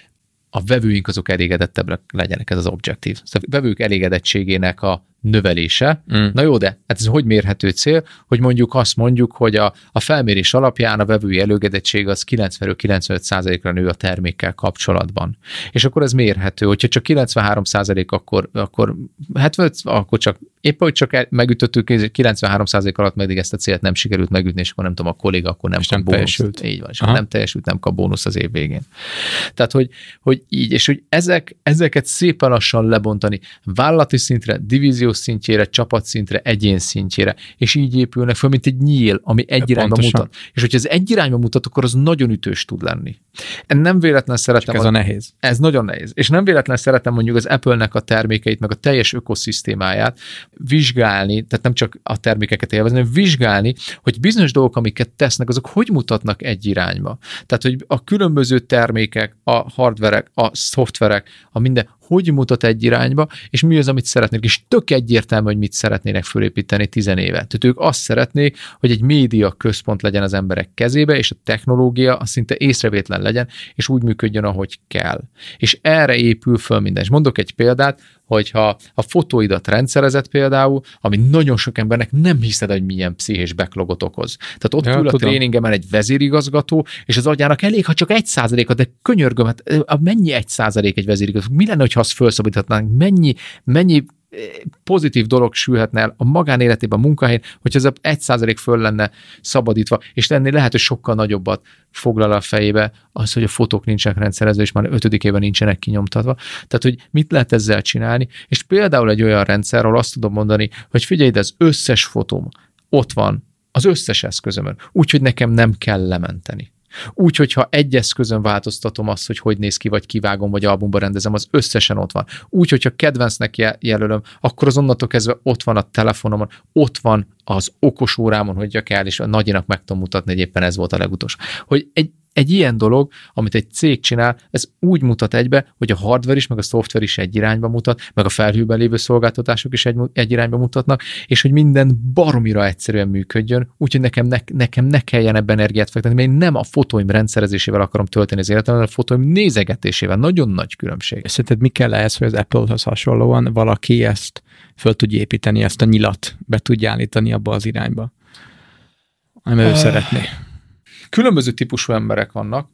a vevőink azok elégedettebbek legyenek, ez az objective. Szóval a vevők elégedettségének a növelése. Mm. Na jó, de hát ez hogy mérhető cél, hogy mondjuk azt mondjuk, hogy a, a felmérés alapján a vevői elégedettség az kilencvenről kilencvenöt százalékra nő a termékkel kapcsolatban. És akkor ez mérhető, hogyha csak kilencvenhárom százalék, akkor, akkor hetvenöt, akkor csak épp, hogy csak megütöttük, kilencvenhárom százalék alatt meddig ezt a célt nem sikerült megütni, és akkor nem tudom, a kolléga akkor nem kap bónusz. Így van, és nem teljesült, nem kap bónusz az év végén. Tehát, hogy, hogy így, és hogy ezek, ezeket szépen lassan lebontani vállalati szintre, divízió szintjére, csapatszintre, egyén szintjére, és így épülnek fel, mint egy nyíl, ami egy irányba pontosan mutat. És hogyha ez egy irányba mutat, akkor az nagyon ütős tud lenni. Nem véletlen szeretem. Csak ez a, a nehéz. Ez nagyon nehéz. És nem véletlen szeretem mondjuk az Apple-nek a termékeit, meg a teljes ökoszisztémáját vizsgálni, tehát nem csak a termékeket élvezni, hanem vizsgálni, hogy bizonyos dolgok, amiket tesznek, azok hogy mutatnak egy irányba. Tehát, hogy a különböző termékek, a hardverek, a szoftverek, a minden, hogy mutat egy irányba, és mi az, amit szeretnék, és tök egyértelmű, hogy mit szeretnének fölépíteni tizen éve. Tehát ők azt szeretnék, hogy egy média központ legyen az emberek kezébe, és a technológia az szinte észrevétlen legyen, és úgy működjön, ahogy kell. És erre épül föl minden. És mondok egy példát, hogyha a fotóidat rendszerezett például, ami nagyon sok embernek nem hiszed, hogy milyen pszichés backlogot okoz. Tehát ott ja, ül a tréningemen egy vezérigazgató, és az agyának elég, ha csak egy százaléka, de könyörgöm, hát mennyi egy százalék egy vezérigazgató? Mi lenne, hogyha azt felszabadíthatnánk? Mennyi, mennyi pozitív dolog sülhetne el a magánéletében, a munkahelyén, hogyha ez egy százalék föl lenne szabadítva, és lenni lehet, hogy sokkal nagyobbat foglal a fejébe az, hogy a fotók nincsenek rendszerezve, és már ötödikében nincsenek kinyomtatva. Tehát, hogy mit lehet ezzel csinálni, és például egy olyan rendszerről azt tudom mondani, hogy figyelj, de az összes fotóm ott van, az összes eszközömön, úgyhogy nekem nem kell lementeni. Úgy, hogyha egy eszközön változtatom azt, hogy hogy néz ki, vagy kivágom, vagy albumba rendezem, az összesen ott van. Úgy, hogyha kedvencnek jelölöm, akkor az onnantól kezdve ott van a telefonomon, ott van az okos órámon, hogy kell, és a nagyinak meg tudom mutatni, hogy éppen ez volt a legutolsó. Hogy egy Egy ilyen dolog, amit egy cég csinál, ez úgy mutat egybe, hogy a hardware is, meg a szoftver is egy irányba mutat, meg a felhőben lévő szolgáltatások is egy, egy irányba mutatnak, és hogy minden baromira egyszerűen működjön, úgyhogy nekem ne, nekem ne kelljen ebben energiát fektetni, mert én nem a fotóim rendszerezésével akarom tölteni az életem, hanem a fotóim nézegetésével. Nagyon nagy különbség. Szerinted mi kell ehhez, hogy az Apple-hoz hasonlóan valaki ezt föl tudja építeni, ezt a nyilat be tudja állítani abba az irányba, ami ő uh. szeretné? Különböző típusú emberek vannak.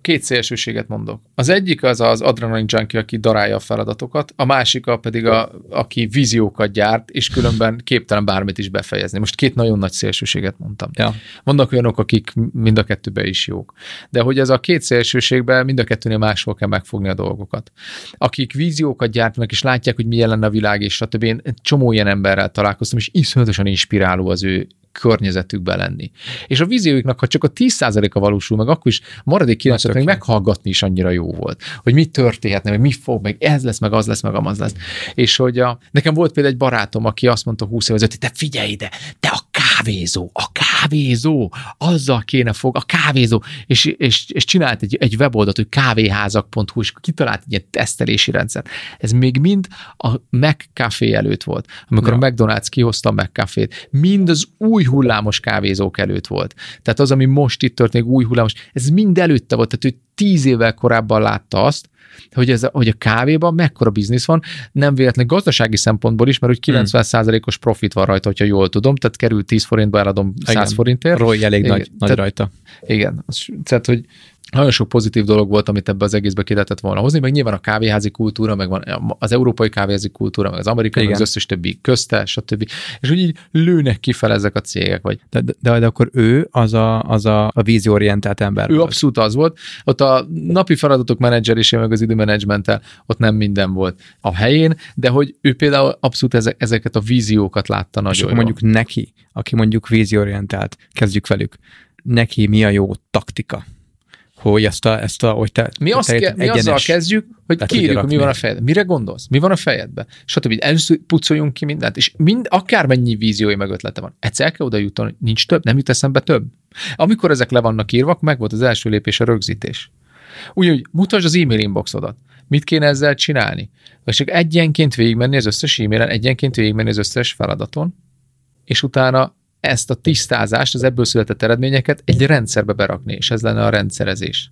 két szélsőséget mondok. Az egyik az az adrenalin junkie, aki darálja a feladatokat, a másik a pedig, a, aki víziókat gyárt, és különben képtelen bármit is befejezni. Most két nagyon nagy szélsőséget mondtam. Ja. Vannak olyanok, akik mind a kettőben is jók. De hogy ez a két szélsőségben mind a kettőnél máshol kell megfogni a dolgokat. Akik víziókat gyártanak, és látják, hogy milyen lenne a világ, és stb. Én egy csomó ilyen emberrel találkoztam, és iszonyatosan inspiráló az ő környezetükben lenni. És a vízióiknak, ha csak a tíz százaléka valósul meg, akkor is maradék kilencven meg meghallgatni is annyira jó volt, hogy mi történhetne, meg mi fog, meg ez lesz, meg az lesz, meg amaz lesz. És hogy a, nekem volt például egy barátom, aki azt mondta húsz évvel ezelőtt, te figyelj ide, te a kávézó, a kávézó, azzal kéne fog, a kávézó, és, és, és csinált egy, egy weboldalt, hogy kávéházak pont hu, és kitalált egy ilyen tesztelési rendszert. Ez még mind a McCafé előtt volt, amikor ja. a McDonald's kihozta a McCafét, mind az új hullámos kávézók előtt volt. Tehát az, ami most itt történik, új hullámos, ez mind előtte volt, tehát ő tíz évvel korábban látta azt, hogy, ez a, hogy a kávéban mekkora biznisz van, nem véletlen gazdasági szempontból is, mert úgy kilencven százalékos profit van rajta, hogyha jól tudom, tehát kerül tíz forintba, eladom száz igen. forintért. Roy elég igen, nagy, nagy tehát, rajta. Igen, az, tehát, hogy nagyon sok pozitív dolog volt, amit ebbe az egészbe ki lehetett volna hozni, meg nyilván a kávéházi kultúra, meg van az európai kávéházi kultúra, meg az amerikai, meg az összes többi közte, stb. És úgy így lőnek kifele ezek a cégek. Vagy. De, de, de akkor ő az a, az a, a víziorientált ember. Ő volt. abszolút az volt. Ott a napi feladatok menedzselése, meg az időmenedzsmenttel ott nem minden volt a helyén, de hogy ő például abszolút ezek, ezeket a víziókat látta nagyon. És akkor mondjuk neki, aki mondjuk víziorientált, kezdjük velük, neki mi a jó taktika? Hogy ezt a, ezt a hogy te, mi, te azt ke, mi azzal kezdjük, hogy kérjük, hogy mi van a fejedben. Mire gondolsz? Mi van a fejedben? Stb. Először pucoljunk ki mindent, és mind, akármennyi víziói meg ötlete van. Egyszer kell oda jutni, nincs több, nem jut eszembe több. Amikor ezek le vannak írva, meg volt az első lépés a rögzítés. Úgyhogy mutasd az e-mail inboxodat. Mit kéne ezzel csinálni? Vagy csak egyenként végigmenni az összes e-mailen, egyenként végigmenni az összes feladaton, és utána ezt a tisztázást, az ebből született eredményeket egy rendszerbe berakni, és ez lenne a rendszerezés.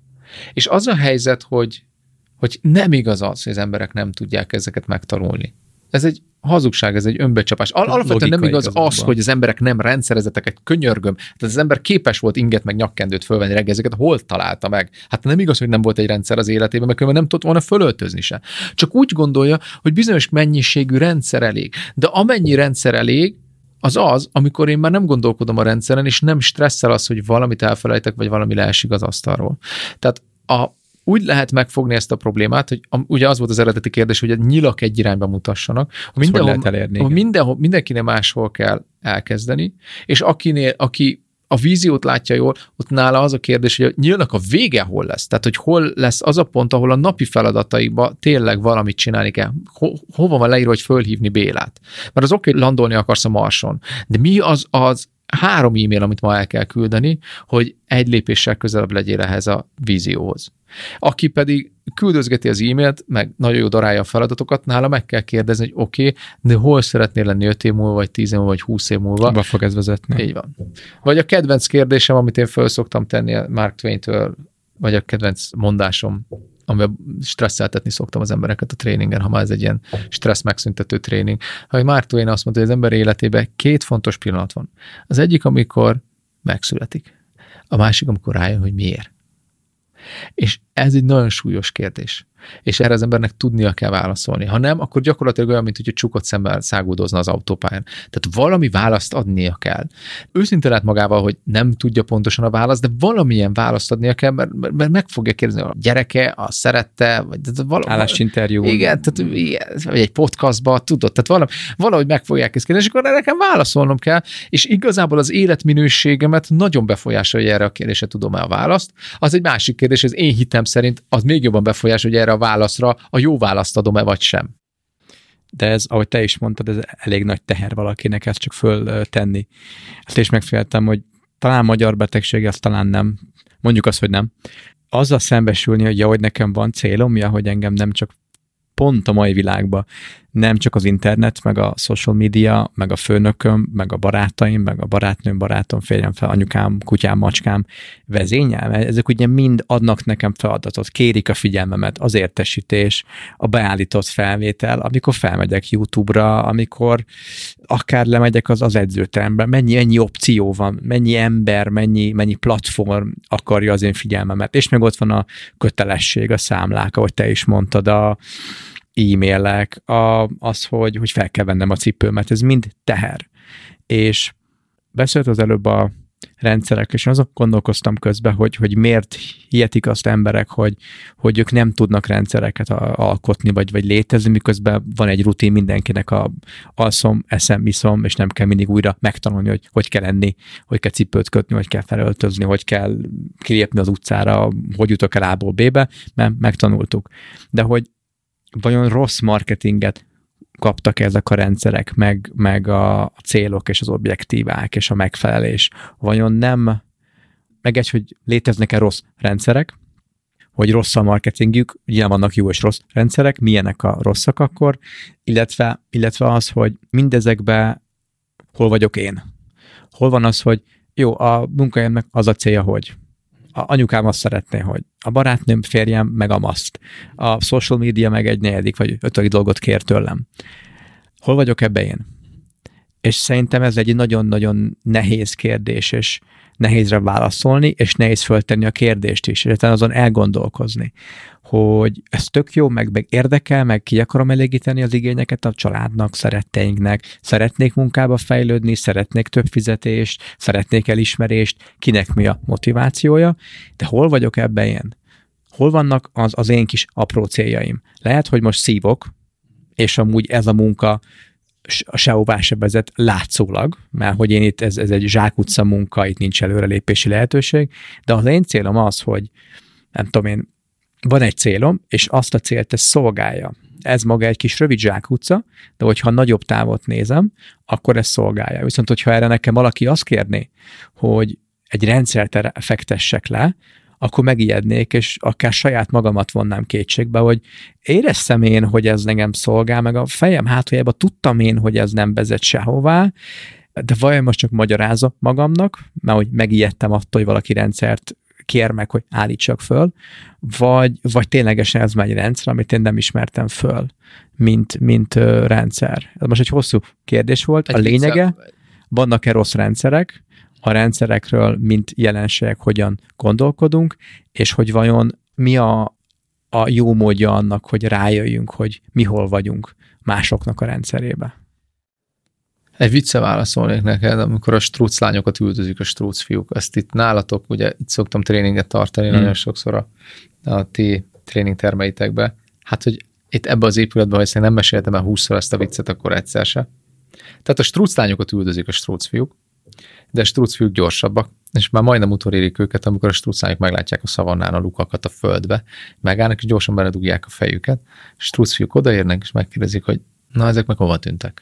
És az a helyzet, hogy, hogy nem igaz az, hogy az emberek nem tudják ezeket megtanulni. Ez egy hazugság, ez egy önbecsapás. Al- alapvetően nem igaz igazából. Az, hogy az emberek nem rendszerezettek, egy könyörgöm. Tehát az ember képes volt inget meg nyakkendőt fölvenni reggel, ezeket hol találta meg? Hát nem igaz, hogy nem volt egy rendszer az életében, mert különben nem tudott volna fölöltözni se. Csak úgy gondolja, hogy bizonyos mennyiségű rendszer elég. De amennyi rendszer elég, az az, amikor én már nem gondolkodom a rendszeren, és nem stresszel az, hogy valamit elfelejtek, vagy valami leesik az asztalról. Tehát a, úgy lehet megfogni ezt a problémát, hogy a, ugye az volt az eredeti kérdés, hogy a nyilak egy irányba mutassanak. Mindenhol, Hova fog ez vezetni? Így van. Vagy a kedvenc kérdésem, amit én föl szoktam tenni a Mark Twain-től, vagy a kedvenc mondásom, amivel stresszeltetni szoktam az embereket a tréningen, ha már ez egy ilyen stressz megszüntető tréning. Hogy Mark Twain azt mondta, hogy az ember életében két fontos pillanat van. Az egyik, amikor megszületik. A másik, amikor rájön, hogy miért. És ez egy nagyon súlyos kérdés. És erre az embernek tudnia kell válaszolni. Ha nem, akkor gyakorlatilag olyan, mint hogy csukott szemmel száguldozna az autópályán. Tehát valami választ adnia kell. Őszinte lehet magával, hogy nem tudja pontosan a választ, de valamilyen választ adnia kell, mert, mert meg fogja kérdezni a gyereke, a szerette, vagy valami. Állásinterjú. Igen, tehát vagy egy podcastba, tudod, tehát valami, valahogy meg fogják ezt kérdezni, és akkor nekem válaszolnom kell, és igazából az életminőségemet nagyon befolyásolja, erre a kérdésre tudom-e a választ. Az egy másik kérdés, az én hitem szerint az még jobban befolyásolja erre a válaszra, a jó választ adom-e vagy sem. De ez, ahogy te is mondtad, ez elég nagy teher valakinek ezt csak föltenni. Ezt is megféltem, hogy talán magyar betegség, ezt talán nem. Mondjuk azt, hogy nem. Azzal szembesülni, hogy ja, hogy nekem van célom, ja, hogy engem nem csak pont a mai világban nem csak az internet, meg a social media, meg a főnököm, meg a barátaim, meg a barátnőm, barátom, férjem fel, anyukám, kutyám, macskám vezényel, mert ezek ugye mind adnak nekem feladatot, kérik a figyelmemet, az értesítés, a beállított felvétel, amikor felmegyek YouTube-ra, amikor akár lemegyek az, az edzőterembe, mennyi, ennyi opció van, mennyi ember, mennyi, mennyi platform akarja az én figyelmemet, és meg ott van a kötelesség, a számlák, ahogy te is mondtad, a e-mailek, a, az, hogy, hogy fel kell vennem a cipőmet, ez mind teher. És beszélt az előbb a rendszerek, és azok gondolkoztam közben, hogy, hogy miért hihetik azt emberek, hogy, hogy ők nem tudnak rendszereket alkotni, vagy, vagy létezni, miközben van egy rutin mindenkinek, a alszom, eszem, iszom, és nem kell mindig újra megtanulni, hogy hogy kell enni, hogy kell cipőt kötni, hogy kell felöltözni, hogy kell kilépni az utcára, hogy jutok el A-ból B-be, mert megtanultuk. De hogy vajon rossz marketinget kaptak ezek a rendszerek, meg, meg a célok és az objektívák és a megfelelés. Vajon nem, meg egy, hogy léteznek-e rossz rendszerek, hogy rossz a marketingjük, ugye vannak jó és rossz rendszerek, milyenek a rosszak akkor, illetve, illetve az, hogy mindezekben hol vagyok én. Hol van az, hogy jó, a munkahelyemnek az a célja, hogy a anyukám azt szeretné, hogy a barátnőm, férjem, meg a maszt. A social media meg egy negyedik vagy ötödik dolgot kér tőlem. Hol vagyok ebbe én? És szerintem ez egy nagyon-nagyon nehéz kérdés, és nehézre válaszolni, és nehéz föltenni a kérdést is, és azon elgondolkozni, hogy ez tök jó, meg, meg érdekel, meg ki akarom elégíteni az igényeket a családnak, szeretteinknek, szeretnék munkába fejlődni, szeretnék több fizetést, szeretnék elismerést, kinek mi a motivációja, de hol vagyok ebben én? Hol vannak az, az én kis apró céljaim? Lehet, hogy most szívok, és amúgy ez a munka sehová se vezet látszólag, mert hogy én itt, ez, ez egy zsákutca munka, itt nincs előrelépési lehetőség, de az én célom az, hogy nem tudom én, van egy célom, és azt a célt ez szolgálja. Ez maga egy kis rövid zsákutca, de hogyha nagyobb távot nézem, akkor ez szolgálja. Viszont, hogyha erre nekem valaki azt kérné, hogy egy rendszert fektessek le, akkor megijednék, és akár saját magamat vonnám kétségbe, hogy éreztem én, hogy ez nekem szolgál, meg a fejem hátuljában tudtam én, hogy ez nem vezet sehová, de vajon most csak magyarázom magamnak, mert hogy megijedtem attól, hogy valaki rendszert kér meg, hogy állítsak föl, vagy, vagy ténylegesen ez már egy rendszer, amit én nem ismertem föl, mint, mint uh, rendszer. Ez most egy hosszú kérdés volt. Egy a lényege, vicce... vannak-e rossz rendszerek, a rendszerekről, mint jelenségek hogyan gondolkodunk, és hogy vajon mi a, a jó módja annak, hogy rájöjjünk, hogy mi hol vagyunk másoknak a rendszerébe. Egy vicce válaszolnék neked, amikor a struc lányokat üldözik a struc fiúk. Ezt itt nálatok, ugye itt szoktam tréninget tartani, hmm. nagyon sokszor a, a ti tréningtermeitekbe. Hát, hogy itt ebbe az épületben, ha ezt nem meséltem el húszszor ezt a viccet, akkor egyszer se. Tehát a struc lányokat üldözik a struc fiúk, de a strucfiúk gyorsabbak, és már majdnem utorérik őket, amikor a struclányok meglátják a szavannán a lukakat a földbe, megállnak, és gyorsan beledugják a fejüket, és strucfiúk odaérnek, és megkérdezik, hogy na, ezek meg hova tűntek?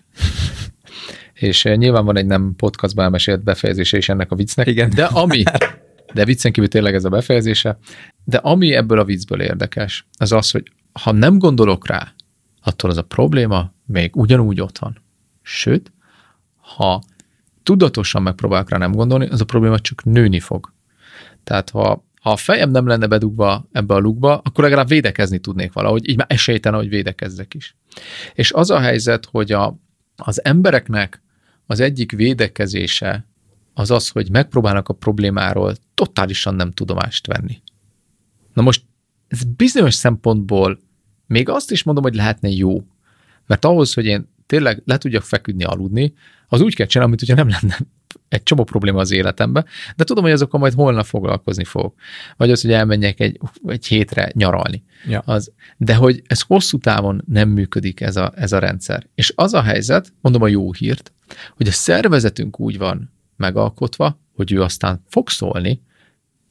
És nyilván van egy nem podcastban elmesélt befejezése is ennek a viccnek, igen. de ami, de viccen kívül tényleg ez a befejezése, de ami ebből a viccből érdekes, az az, hogy ha nem gondolok rá, attól az a probléma még ugyanúgy ott van. Sőt, ha tudatosan megpróbálok rá nem gondolni, az a probléma csak nőni fog. Tehát ha, ha a fejem nem lenne bedugva ebbe a lukba, akkor legalább védekezni tudnék valahogy, így már esélytelen, hogy védekezzek is. És az a helyzet, hogy a, az embereknek az egyik védekezése az az, hogy megpróbálnak a problémáról totálisan nem tudomást venni. Na most ez bizonyos szempontból még azt is mondom, hogy lehetne jó. Mert ahhoz, hogy én tényleg le tudjak feküdni, aludni, az úgy kell csinálni, mint hogyha nem lenne egy csomó probléma az életemben, de tudom, hogy azokkal majd holnap foglalkozni fogok. Vagy az, hogy elmenjek egy, egy hétre nyaralni. Ja. Az, de hogy ez hosszú távon nem működik ez a, ez a rendszer. És az a helyzet, mondom a jó hírt, hogy a szervezetünk úgy van megalkotva, hogy ő aztán fog szólni,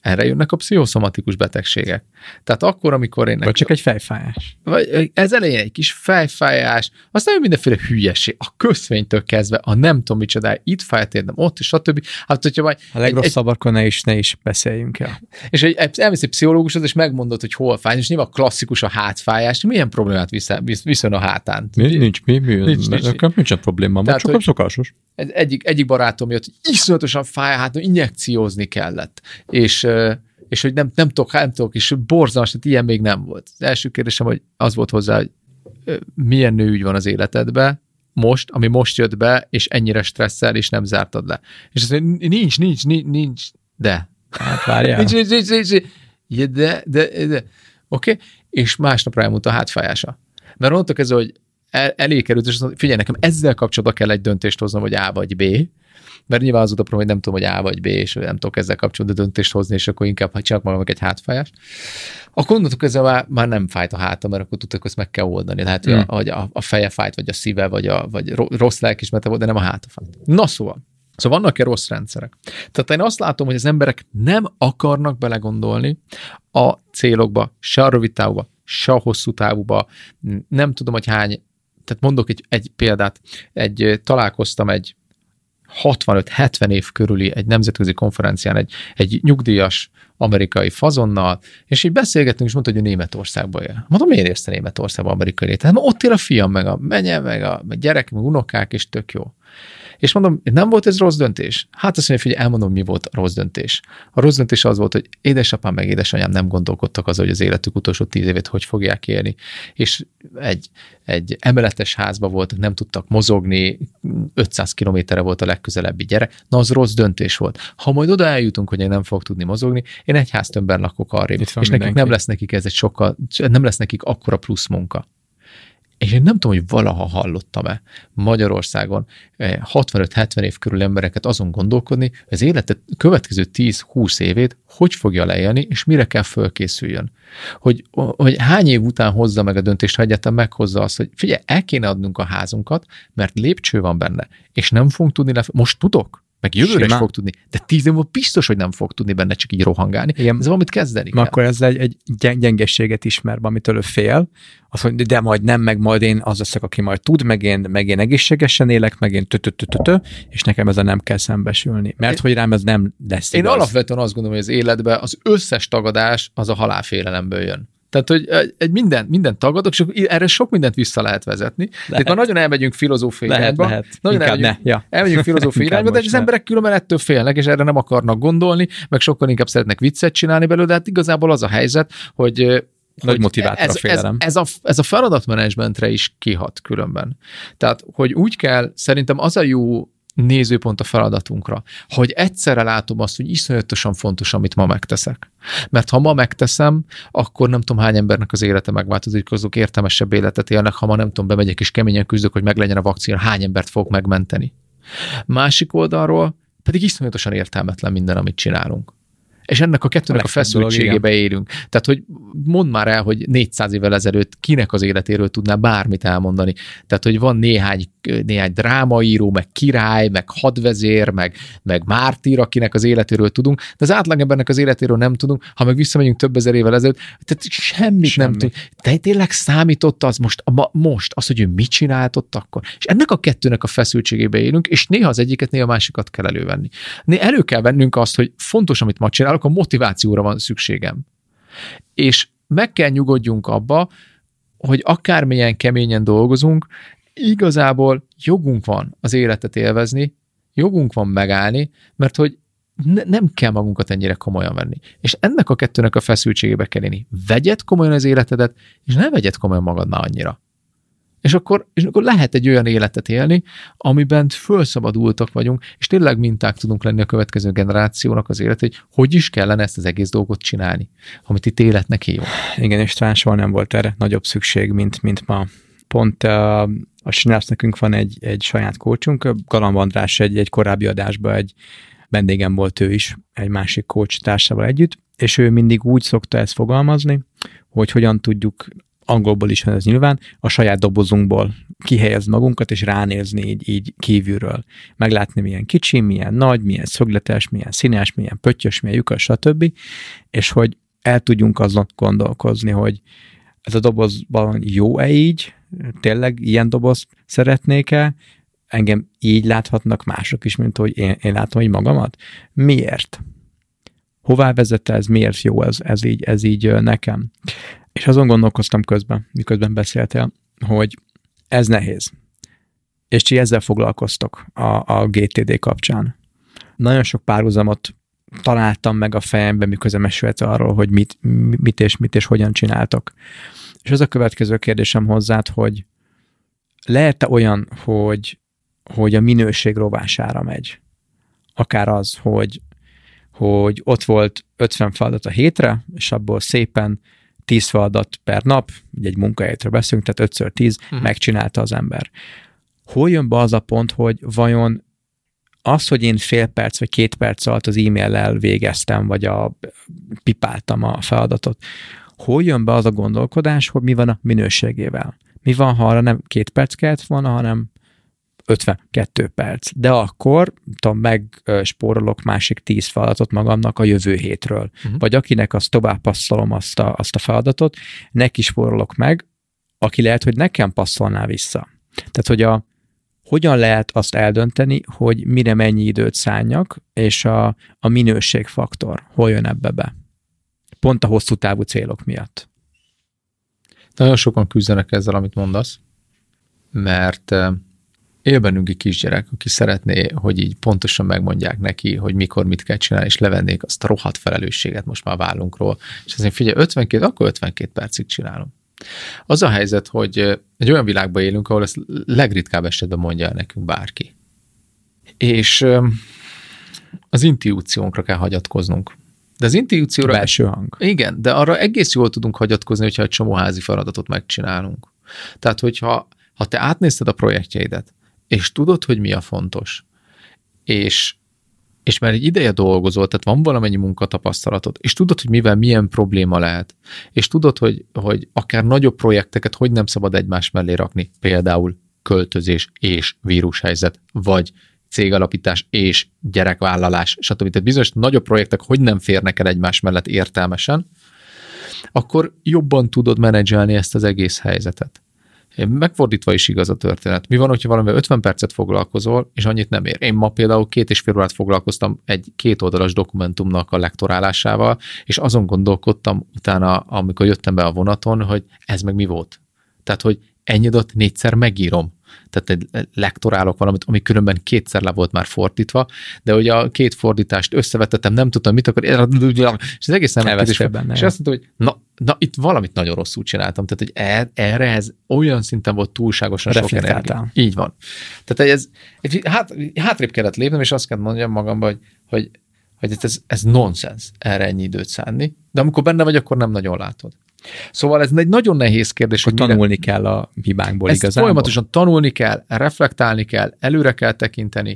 erre jönnek a pszichoszomatikus betegségek. Tehát akkor, amikor én... Vagy csak egy fejfájás. Vagy ez elején egy kis fejfájás, aztán mindenféle hülyeség, a köszvénytől kezdve, a nem tudom micsoda, itt fájt érdem, ott, és stb. Hát, hogyha majd... A legrosszabb, akkor ne is, ne is beszéljünk el. És egy, elmész egy pszichológushoz, és megmondod, hogy hol fáj, és nyilván klasszikus a hátfájás, milyen problémát viszont a hátán? Mi? Nincs, mi? mi? Nincs, nincs, nincs, nincs probléma, mert csak szokásos. Egyik, egyik barátom jött, hogy iszonyatosan fáj, hát injekciózni kellett. És, és hogy nem, nem tudok, nem tudok, és borzalmas, tehát ilyen még nem volt. Az első kérdésem, hogy az volt hozzá, hogy milyen nőügy van az életedben most, ami most jött be, és ennyire stresszel, és nem zártad le. És azt mondja, nincs, nincs, nincs, nincs, de. Hát várjál. nincs, nincs, nincs, nincs, nincs. Ja, de, de, de. Oké? Okay? És másnap rámult a hátfájása. Mert mondtok ez, hogy el, elé került, és azt mondja, figyelj, nekem ezzel kapcsolatban kell egy döntést hoznom, hogy A vagy B, mert nyilván az utána, hogy nem tudom, hogy A vagy B, és nem tudok ezzel kapcsolatban döntést hozni, és akkor inkább csinálok magamnak egy hátfájást. Akkor mondtuk, ezzel már, már nem fájt a háta, mert akkor tudtuk, hogy ezt meg kell oldani. Tehát, mm. hogy a, a feje fájt, vagy a szíve, vagy, a, vagy rossz lelkismerete volt, de nem a háta fájt. Na szóval, szóval vannak-e rossz rendszerek? Tehát én azt látom, hogy az emberek nem akarnak belegondolni a célokba, se a rövid távúba, se a hosszú távúba. Nem tudom, hogy hány, tehát mondok egy, egy példát, egy, találkoztam egy hatvanöt-hetven év körüli egy nemzetközi konferencián egy, egy nyugdíjas amerikai fazonnal, és így beszélgettünk, és mondta, hogy Németországban él. Mondom, miért érsz te Németországban amerikai létet? Hát ott él a fiam, meg a menye, meg a gyerek, meg unokák, és tök jó. És mondom, nem volt ez rossz döntés? Hát azt mondja, figyelj, elmondom, mi volt a rossz döntés. A rossz döntés az volt, hogy édesapám meg édesanyám nem gondolkodtak azon, hogy az életük utolsó tíz évét hogy fogják élni. És egy, egy emeletes házban voltak, nem tudtak mozogni, ötszáz kilométerre volt a legközelebbi gyerek. Na, az rossz döntés volt. Ha majd oda eljutunk, hogy én nem fogok tudni mozogni, én egy háztömbben lakok arrébb. És mindenki. Nekik nem lesz nekik ez egy sokkal, nem lesz nekik akkora plusz munka. És én nem tudom, hogy valaha hallottam-e Magyarországon hatvanöt-hetven év körül embereket azon gondolkodni, hogy az életet következő tíz-húsz évét hogy fogja leélni, és mire kell fölkészüljön. Hogy, hogy hány év után hozza meg a döntést, ha egyáltalán meghozza azt, hogy figyelj, el kéne adnunk a házunkat, mert lépcső van benne, és nem fogunk tudni lef- Most tudok? Meg jövőre is fog tudni, de tíz év biztos, hogy nem fog tudni benne csak így rohangálni. Igen. Ez valamit kezdeni kell. Akkor ezzel egy, egy gyengességet ismer, amitől ő fél, az, hogy de majd nem, meg majd én az leszek, aki majd tud, meg én, meg én egészségesen élek, meg én tö-tö-tö-tö, és nekem ezzel nem kell szembesülni. Mert én, hogy rám ez nem lesz igaz. Én alapvetően azt gondolom, hogy az életben az összes tagadás az a halálfélelemből jön. Tehát, hogy egy minden, minden tagadok, és erre sok mindent vissza lehet vezetni. Lehet. De ha nagyon elmegyünk filozófiai irányba, lehet, nagyon elmegyünk, ne. ja. elmegyünk filozófiai irányba, de az emberek különben ettől félnek, és erre nem akarnak gondolni, meg sokkal inkább szeretnek viccet csinálni belőle, de hát igazából az a helyzet, hogy nagy motivátor a félelem. Ez, ez, ez, a, ez a feladatmenedzsmentre is kihat különben. Tehát, hogy úgy kell, szerintem az a jó nézőpont a feladatunkra, hogy egyszerre látom azt, hogy iszonyatosan fontos, amit ma megteszek. Mert ha ma megteszem, akkor nem tudom, hány embernek az élete megváltozik, azok értelmesebb életet élnek, ha ma nem tudom, bemegyek és keményen küzdök, hogy meglegyen a vakcina, hány embert fogok megmenteni. Másik oldalról pedig iszonyatosan értelmetlen minden, amit csinálunk. És ennek a kettőnek a, a feszültségébe élünk. Tehát, hogy mondd már el, hogy négyszáz évvel ezelőtt kinek az életéről tudná bármit elmondani. Tehát, hogy van néhány, néhány drámaíró, meg király, meg hadvezér, meg, meg mártír, akinek az életéről tudunk, de az átlagembernek az életéről nem tudunk, ha meg visszamegyünk több ezer évvel ezelőtt, tehát semmit Semmi. nem tudunk. De tényleg számított az most, a, most, az, hogy ő mit csinált ott akkor. És ennek a kettőnek a feszültségébe élünk, és néha az egyiket, néha a másikat kell elővenni. Elő kell vennünk azt, hogy fontos, amit ma csinál, akkor motivációra van szükségem. És meg kell nyugodjunk abba, hogy akármilyen keményen dolgozunk, igazából jogunk van az életet élvezni, jogunk van megállni, mert hogy ne, nem kell magunkat ennyire komolyan venni. És ennek a kettőnek a feszültségébe kell élni. Vegyed komolyan az életedet, és ne vegyed komolyan magadnál annyira. És akkor, és akkor lehet egy olyan életet élni, amiben fölszabadultak vagyunk, és tényleg minták tudunk lenni a következő generációnak az élet, hogy hogy is kellene ezt az egész dolgot csinálni, amit itt életnek hívunk. Igen, és talán soha nem volt erre nagyobb szükség, mint, mint ma. Pont a, a Synapse nekünk van egy, egy saját coachunk, Galamb András egy, egy korábbi adásban egy vendégem volt ő is, egy másik coach társával együtt, és ő mindig úgy szokta ezt fogalmazni, hogy hogyan tudjuk angolból is van ez nyilván, a saját dobozunkból kihelyezni magunkat, és ránézni így, így kívülről. Meglátni, milyen kicsi, milyen nagy, milyen szögletes, milyen színes, milyen pöttyös, milyen lyukas, stb. És hogy el tudjunk azon gondolkozni, hogy ez a dobozban jó-e így, tényleg ilyen dobozt szeretnék-e, engem így láthatnak mások is, mint hogy én, én látom így magamat. Miért? Hová vezet ez? Miért jó ez, ez, így, ez így nekem? És azon gondolkoztam közben, miközben beszéltél, hogy ez nehéz. És ti ezzel foglalkoztok a, a gé té dé kapcsán. Nagyon sok párhuzamot találtam meg a fejemben, miközben meséltél arról, hogy mit, mit és mit és hogyan csináltok. És az a következő kérdésem hozzád, hogy lehet-e olyan, hogy, hogy a minőség rovására megy? Akár az, hogy, hogy ott volt ötven feladat a hétre, és abból szépen tíz feladat per nap, ugye egy munkahelyetről beszélünk, tehát ötször tíz, uh-huh. megcsinálta az ember. Hol jön be az a pont, hogy vajon az, hogy én fél perc vagy két perc alatt az e-maillel végeztem, vagy a, pipáltam a feladatot, hol jön be az a gondolkodás, hogy mi van a minőségével? Mi van, ha arra nem két perc kellett volna, hanem ötvenkettő perc. De akkor tudom, megspórolok másik tíz feladatot magamnak a jövő hétről. Uh-huh. Vagy akinek azt tovább passzolom azt a, azt a feladatot, neki spórolok meg, aki lehet, hogy nekem passzolná vissza. Tehát, hogy a, hogyan lehet azt eldönteni, hogy mire mennyi időt szálljak, és a, a minőségfaktor hol jön ebbe be? Pont a hosszú távú célok miatt. Nagyon sokan küzdenek ezzel, amit mondasz, mert él bennünk egy kisgyerek, aki szeretné, hogy így pontosan megmondják neki, hogy mikor mit kell csinálni, és levennék azt a rohadt felelősséget most már a vállunkról. És azért figyelj, ötvenkét, akkor ötvenkét percig csinálom. Az a helyzet, hogy egy olyan világban élünk, ahol ezt legritkább esetben mondja el nekünk bárki. És az intuíciónkra kell hagyatkoznunk. De az intuícióra... Belső hang. Igen, de arra egész jól tudunk hagyatkozni, hogyha egy csomó házi feladatot megcsinálunk. Tehát, hogyha ha te átnézted a projektjeidet, és tudod, hogy mi a fontos, és, és már egy ideje dolgozol, tehát van valamennyi munkatapasztalatod, és tudod, hogy mivel milyen probléma lehet, és tudod, hogy, hogy akár nagyobb projekteket hogy nem szabad egymás mellé rakni, például költözés és vírushelyzet, vagy cégalapítás és gyerekvállalás, stb. Tehát bizonyos nagyobb projektek hogy nem férnek el egymás mellett értelmesen, akkor jobban tudod menedzselni ezt az egész helyzetet. Megfordítva is igaz a történet. Mi van, hogyha valamivel ötven percet foglalkozol, és annyit nem ér? Én ma például két és fél órát foglalkoztam egy kétoldalas dokumentumnak a lektorálásával, és azon gondolkodtam utána, amikor jöttem be a vonaton, hogy ez meg mi volt. Tehát, hogy ennyidet négyszer megírom. Tehát egy lektorálok valamit, ami különben kétszer le volt már fordítva, de hogy a két fordítást összevetettem, nem tudtam, mit akar, és az egész nem és, benne, és azt mondta, hogy na, na, itt valamit nagyon rosszul csináltam. Tehát, hogy erre ez olyan szinten volt túlságosan sok energia. Így van. Tehát ez, hát, hátrébb kellett lépnem, és azt kell mondjam magamban, hogy, hogy, hogy ez, ez nonsens erre ennyi időt szánni, de amikor benne vagy, akkor nem nagyon látod. Szóval ez egy nagyon nehéz kérdés. Hogy tanulni mire... kell a hibánkból ezt igazából. Folyamatosan tanulni kell, reflektálni kell, előre kell tekinteni,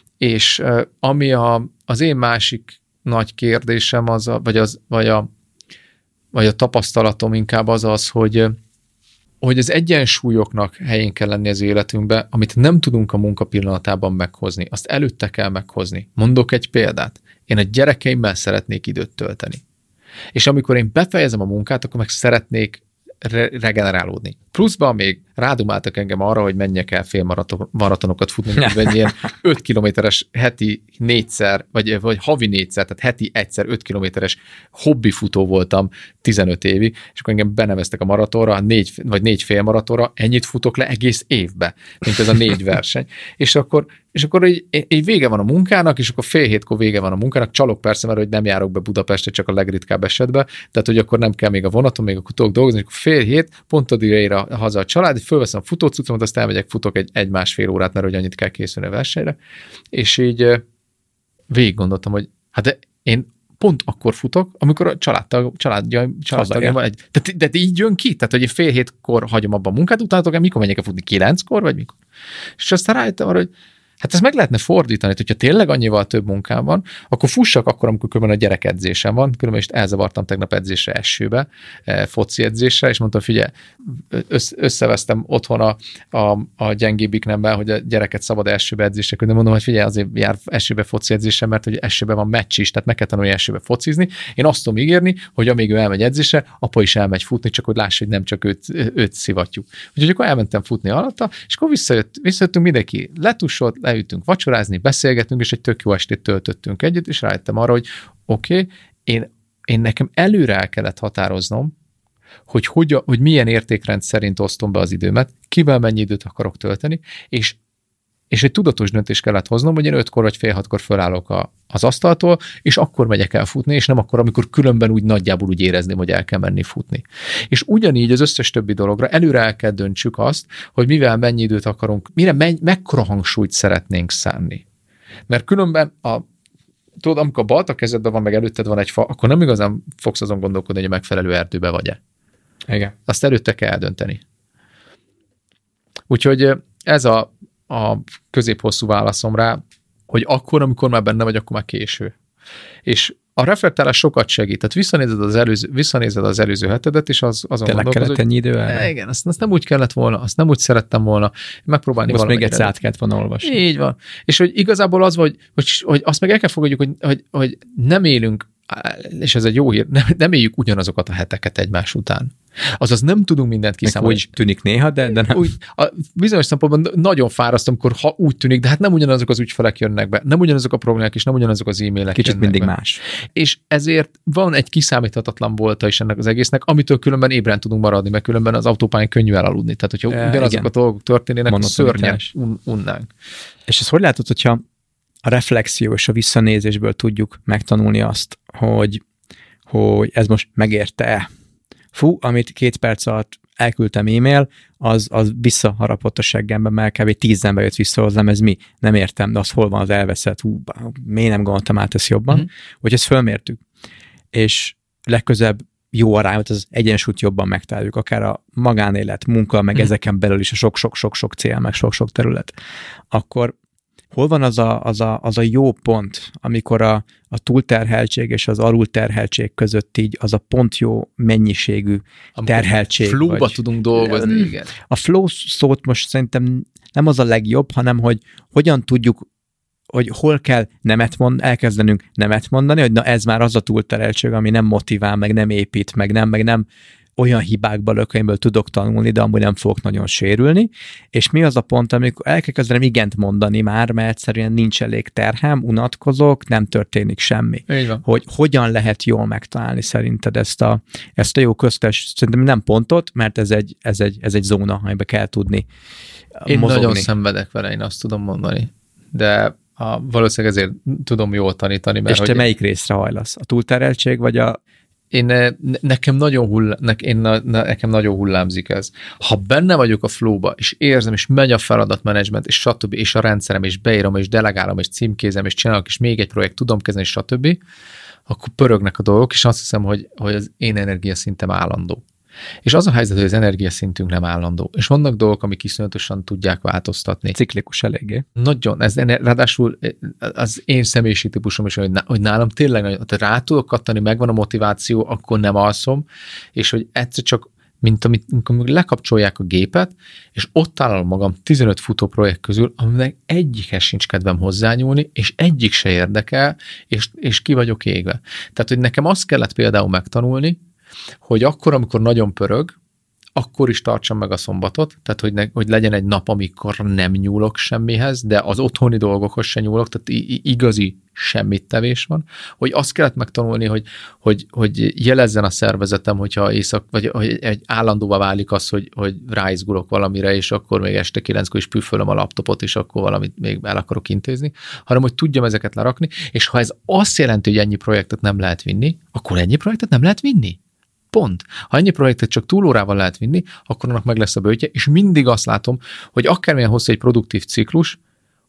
és uh, ami a, az én másik nagy kérdésem, az a, vagy, az, vagy, a, vagy a tapasztalatom inkább az az, hogy, hogy az egyensúlyoknak helyén kell lenni az életünkben, amit nem tudunk a munka pillanatában meghozni. Azt előtte kell meghozni. Mondok egy példát. Én a gyerekeimmel szeretnék időt tölteni. És amikor én befejezem a munkát, akkor meg szeretnék re- regenerálódni. Pluszban még rádumáltak engem arra, hogy menjek el fél maraton- maratonokat futni, mint egy ilyen öt kilométeres heti négyszer, vagy, vagy havi négyszer, tehát heti egyszer öt kilométeres hobbi futó voltam tizenöt évig, és akkor engem beneveztek a maratonra, négy, vagy négy fél maratonra, ennyit futok le egész évbe, mint ez a négy verseny. És akkor, és akkor így, így vége van a munkának, és akkor fél hétkor vége van a munkának, csalok persze, mert hogy nem járok be Budapestre, csak a legritkább esetben, tehát hogy akkor nem kell még a vonaton, még akkor tudok dolgozni, és akkor fél hét, pont addigra ér a, haza a család, fölveszem a futócucomat, azt elmegyek, futok egy, egy másfél órát, mert hogy annyit kell készülni a versenyre, és így végig gondoltam, hogy hát de én pont akkor futok, amikor a családtag, családja, családtagja van egy. Tehát, de így jön ki? Tehát, hogy én fél hétkor hagyom abba a munkát, utána mikor menjek el futni? Kilenckor, vagy mikor? És aztán rájöttem arra, hogy Hát ezt meg lehetne fordítani, hogyha tényleg annyival több munkám van, akkor fussak akkor, amikor különben a gyerek edzésem van, különben is elzavartam tegnap edzésre esőbe, foci edzésre, és mondtam, figyelj, összevesztem otthon a, a, a gyengébbik nemben, hogy a gyereket szabad esőbe edzésre, de mondom, hogy figyelj, azért jár esőbe foci edzésre, mert hogy esőbe van meccs is, tehát meg kell tanulni esőbe focizni. Én azt tudom ígérni, hogy amíg ő elmegy edzésre, apa is elmegy futni, csak hogy lássa, hogy nem csak őt, őt szivatjuk. Úgyhogy akkor elmentem futni alatta, és akkor visszajött, visszajöttünk, mindenki letussolt, leütünk vacsorázni, beszélgetünk, és egy tök jó estét töltöttünk együtt, és rájöttem arra, hogy oké, okay, én, én nekem előre el kellett határoznom, hogy, hogy, hogy milyen értékrend szerint osztom be az időmet, kivel mennyi időt akarok tölteni, és, és egy tudatos döntést kellett hoznom, hogy én ötkor vagy fél hatkor fölállok a, az asztaltól, és akkor megyek el futni, és nem akkor, amikor különben úgy nagyjából úgy érezném, hogy el kell menni futni. És ugyanígy az összes többi dologra előre el kell döntsük azt, hogy mivel mennyi időt akarunk, mire me- mekkora hangsúlyt szeretnénk szánni. Mert különben a tudod, amikor a balt a kezedben van, meg előtted van egy fa, akkor nem igazán fogsz azon gondolkodni, hogy a megfelelő erdőbe vagy-e. Igen. Azt előtte kell eldönteni. Úgyhogy ez a, a középhosszú válaszom rá, hogy akkor, amikor már benne vagy, akkor már késő. És a reflektálás sokat segít. Tehát visszanézed az előző, visszanézed az előző hetedet, és az, azon tényleg kellett ennyi idő el? Igen, azt, azt nem úgy kellett volna, azt nem úgy szerettem volna megpróbálni most valamelyik. még egyszer át kellett volna olvasni. Így van. És hogy igazából az, hogy, hogy, hogy azt meg el kell fogadjuk, hogy, hogy, hogy nem élünk, és ez egy jó hír, nem, nem éljük ugyanazokat a heteket egymás után. Azaz nem tudunk mindent kiszámolni. Úgy tűnik néha, de, de nem. Úgy, a bizonyos szempontban nagyon fáraszt, amikor ha úgy tűnik, de hát nem ugyanazok az ügyfelek jönnek be, nem ugyanazok a problémák, és nem ugyanazok az e-mailek. Kicsit mindig be. más. És ezért van egy kiszámíthatatlan volta is ennek az egésznek, amitől különben ébren tudunk maradni, mert különben az autópályán könnyű elaludni. Tehát, hogyha e, ugyanazok igen. a dolgok történnének, szörnyen un, unnánk. És ezt hogy látod, hogyha a reflexió és a visszanézésből tudjuk megtanulni azt, hogy, hogy ez most megérte-e? Fú, amit két perc alatt elküldtem e-mail, az, az visszaharapott a seggembe, mert kb. tízzenbe jött vissza hozzám, ez mi? Nem értem, de az hol van az elveszett? Hú, miért nem gondoltam át ezt jobban? Mm-hmm. Hogy ezt fölmértük. És legközebb jó arányot, az egyensúlyt jobban megtaláljuk, akár a magánélet, munka, meg mm-hmm. ezeken belül is a sok-sok-sok-sok cél, meg sok-sok terület. Akkor hol van az a, az a, az a jó pont, amikor a, a túlterheltség és az alulterheltség között így az a pont jó mennyiségű amikor terheltség. Flow-ba vagy, tudunk dolgozni, a, igen. A flow szót most szerintem nem az a legjobb, hanem hogy hogyan tudjuk, hogy hol kell nemet mond, elkezdenünk nemet mondani, hogy na ez már az a túlterheltség, ami nem motivál, meg nem épít, meg nem, meg nem olyan hibákból, lökeimből tudok tanulni, de amúgy nem fogok nagyon sérülni, és mi az a pont, amikor el kell kezdenem igent mondani már, mert egyszerűen nincs elég terhem, unatkozok, nem történik semmi. Hogy hogyan lehet jól megtalálni szerinted ezt a, ezt a jó köztes, szerintem nem pontot, mert ez egy, ez egy, ez egy zóna, amiben kell tudni Én mozogni. Nagyon szenvedek vele, én azt tudom mondani, de a, valószínűleg ezért tudom jól tanítani. Mert és te hogy melyik részre hajlasz? A túlterheltség, vagy a Én, nekem, nagyon hull, ne, én, nekem nagyon hullámzik ez. Ha benne vagyok a flow-ba, és érzem, és megy a feladatmenedzsment, és stb., és a rendszerem, és beírom, és delegálom, és címkézem, és csinálok, és még egy projekt tudom kezdeni, és stb., akkor pörögnek a dolgok, és azt hiszem, hogy, hogy az én energiaszintem állandó. És az a helyzet, hogy az energiaszintünk nem állandó. És vannak dolgok, amik iszonyatosan tudják változtatni. Ciklikus eléggé. Nagyon. Ez, ráadásul az én személyiségi típusom is, hogy nálam tényleg rá tudok kattani, megvan a motiváció, akkor nem alszom, és hogy egyszer csak, mint amit, amikor lekapcsolják a gépet, és ott találom magam tizenöt futó projekt közül, aminek egyikhez sincs kedvem hozzányúlni, és egyik se érdekel, és, és ki vagyok égve. Tehát, hogy nekem azt kellett például megtanulni, hogy akkor, amikor nagyon pörög, akkor is tartsam meg a szombatot, tehát hogy, ne, hogy legyen egy nap, amikor nem nyúlok semmihez, de az otthoni dolgokhoz se nyúlok, tehát igazi semmit tevés van, hogy azt kellett megtanulni, hogy, hogy, hogy jelezzen a szervezetem, hogyha éjszak, vagy hogy egy állandóvá válik az, hogy, hogy ráizgulok valamire, és akkor még este kilenckor is püfölöm a laptopot, és akkor valamit még el akarok intézni, hanem hogy tudjam ezeket lerakni, és ha ez azt jelenti, hogy ennyi projektet nem lehet vinni, akkor ennyi projektet nem lehet vinni. Pont. Ha ennyi projektet csak túlórával lehet vinni, akkor annak meg lesz a bőtje, és mindig azt látom, hogy akármilyen hosszú egy produktív ciklus,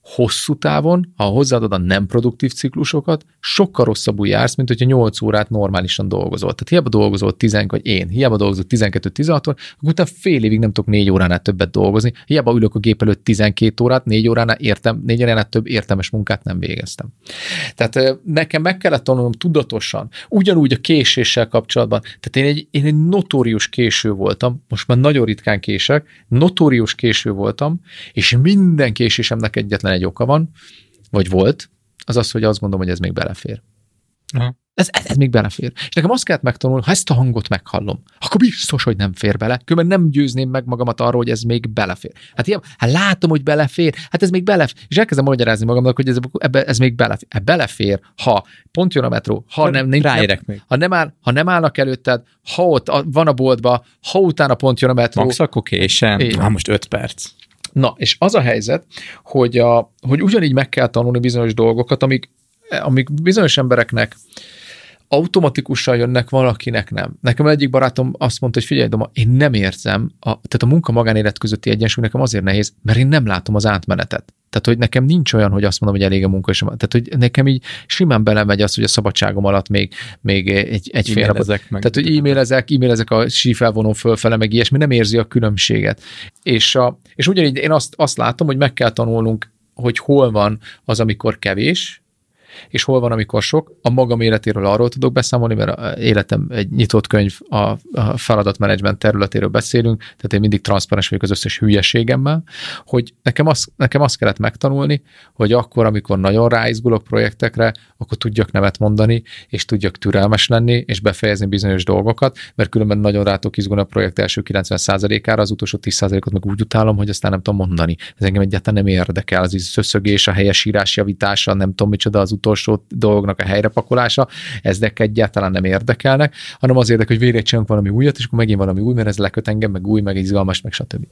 hosszú távon, ha hozzáadod a nem produktív ciklusokat, sokkal rosszabbul jársz, mint hogyha nyolc órát normálisan dolgozol. Tehát hiába dolgozol tíz, vagy én, hiába dolgozol tizenkét-tizenhat óra, akkor utána fél évig nem tudok négy óránál többet dolgozni, hiába ülök a gép előtt tizenkét órát, négy óránál értem, négy óránál több értelmes munkát nem végeztem. Tehát nekem meg kellett tanulnom tudatosan, ugyanúgy a késéssel kapcsolatban. Tehát én egy, én egy notórius késő voltam, most már nagyon ritkán kések, notórius késő voltam, és minden késésemnek egyetlen egy oka van, vagy volt, az az, hogy azt gondolom, hogy ez még belefér. Aha. Ez, ez, ez még belefér. És nekem azt kellett megtanulni, ha ezt a hangot meghallom, akkor biztos, hogy nem fér bele. Különben nem győzném meg magamat arról, hogy ez még belefér. Hát ilyen, hát látom, hogy belefér, hát ez még belefér. És elkezdem magyarázni magamnak, hogy ez, ebbe, ez még belefér. Hát belefér, ha pont jön a metró, ha nem, nincs, nem, ha, nem áll, ha nem állnak előtted, ha ott van a boltba, ha utána pont jön a metró. Max akkor késem. Már most öt perc. Na, és az a helyzet, hogy, a, hogy ugyanígy meg kell tanulni bizonyos dolgokat, amik, amik bizonyos embereknek automatikusan jönnek, valakinek nem. Nekem egyik barátom azt mondta, hogy figyelj, Doma, én nem érzem, a, tehát a munka-magánélet közötti egyensúly nekem azért nehéz, mert én nem látom az átmenetet. Tehát, hogy nekem nincs olyan, hogy azt mondom, hogy elég a munka, és tehát, hogy nekem így simán belemegy az, hogy a szabadságom alatt még, még egy, egy fél napot. Tehát, hogy e-mailezek, e-mailezek a sífelvonón fölfele, meg ilyesmi, nem érzi a különbséget. És, a, és ugyanígy én azt, azt látom, hogy meg kell tanulnunk, hogy hol van az, amikor kevés, és hol van, amikor sok. A magam életéről arról tudok beszámolni, mert az életem egy nyitott könyv, a, a feladatmenedzsment területéről beszélünk, tehát én mindig transzparens vagyok az összes hülyeségemmel, hogy nekem azt, nekem azt kellett megtanulni, hogy akkor, amikor nagyon ráizgulok projektekre, akkor tudjak nemet mondani, és tudjak türelmes lenni, és befejezni bizonyos dolgokat, mert különben nagyon rá tudok izgulni a projekt első kilencven százalékára, az utolsó tíz százalékot meg úgy utálom, hogy aztán nem tudom mondani. Ez engem egyáltalán nem érdekel, az szöszögés, a helyesírás javítása, nem tudom micsoda, az utolsó dolgoknak a helyrepakolása, ezek egyáltalán nem érdekelnek, hanem az érdekel, hogy végre csinálunk valami újat, és akkor megint valami új, mert ez leköt engem, meg új, meg izgalmas, meg stb.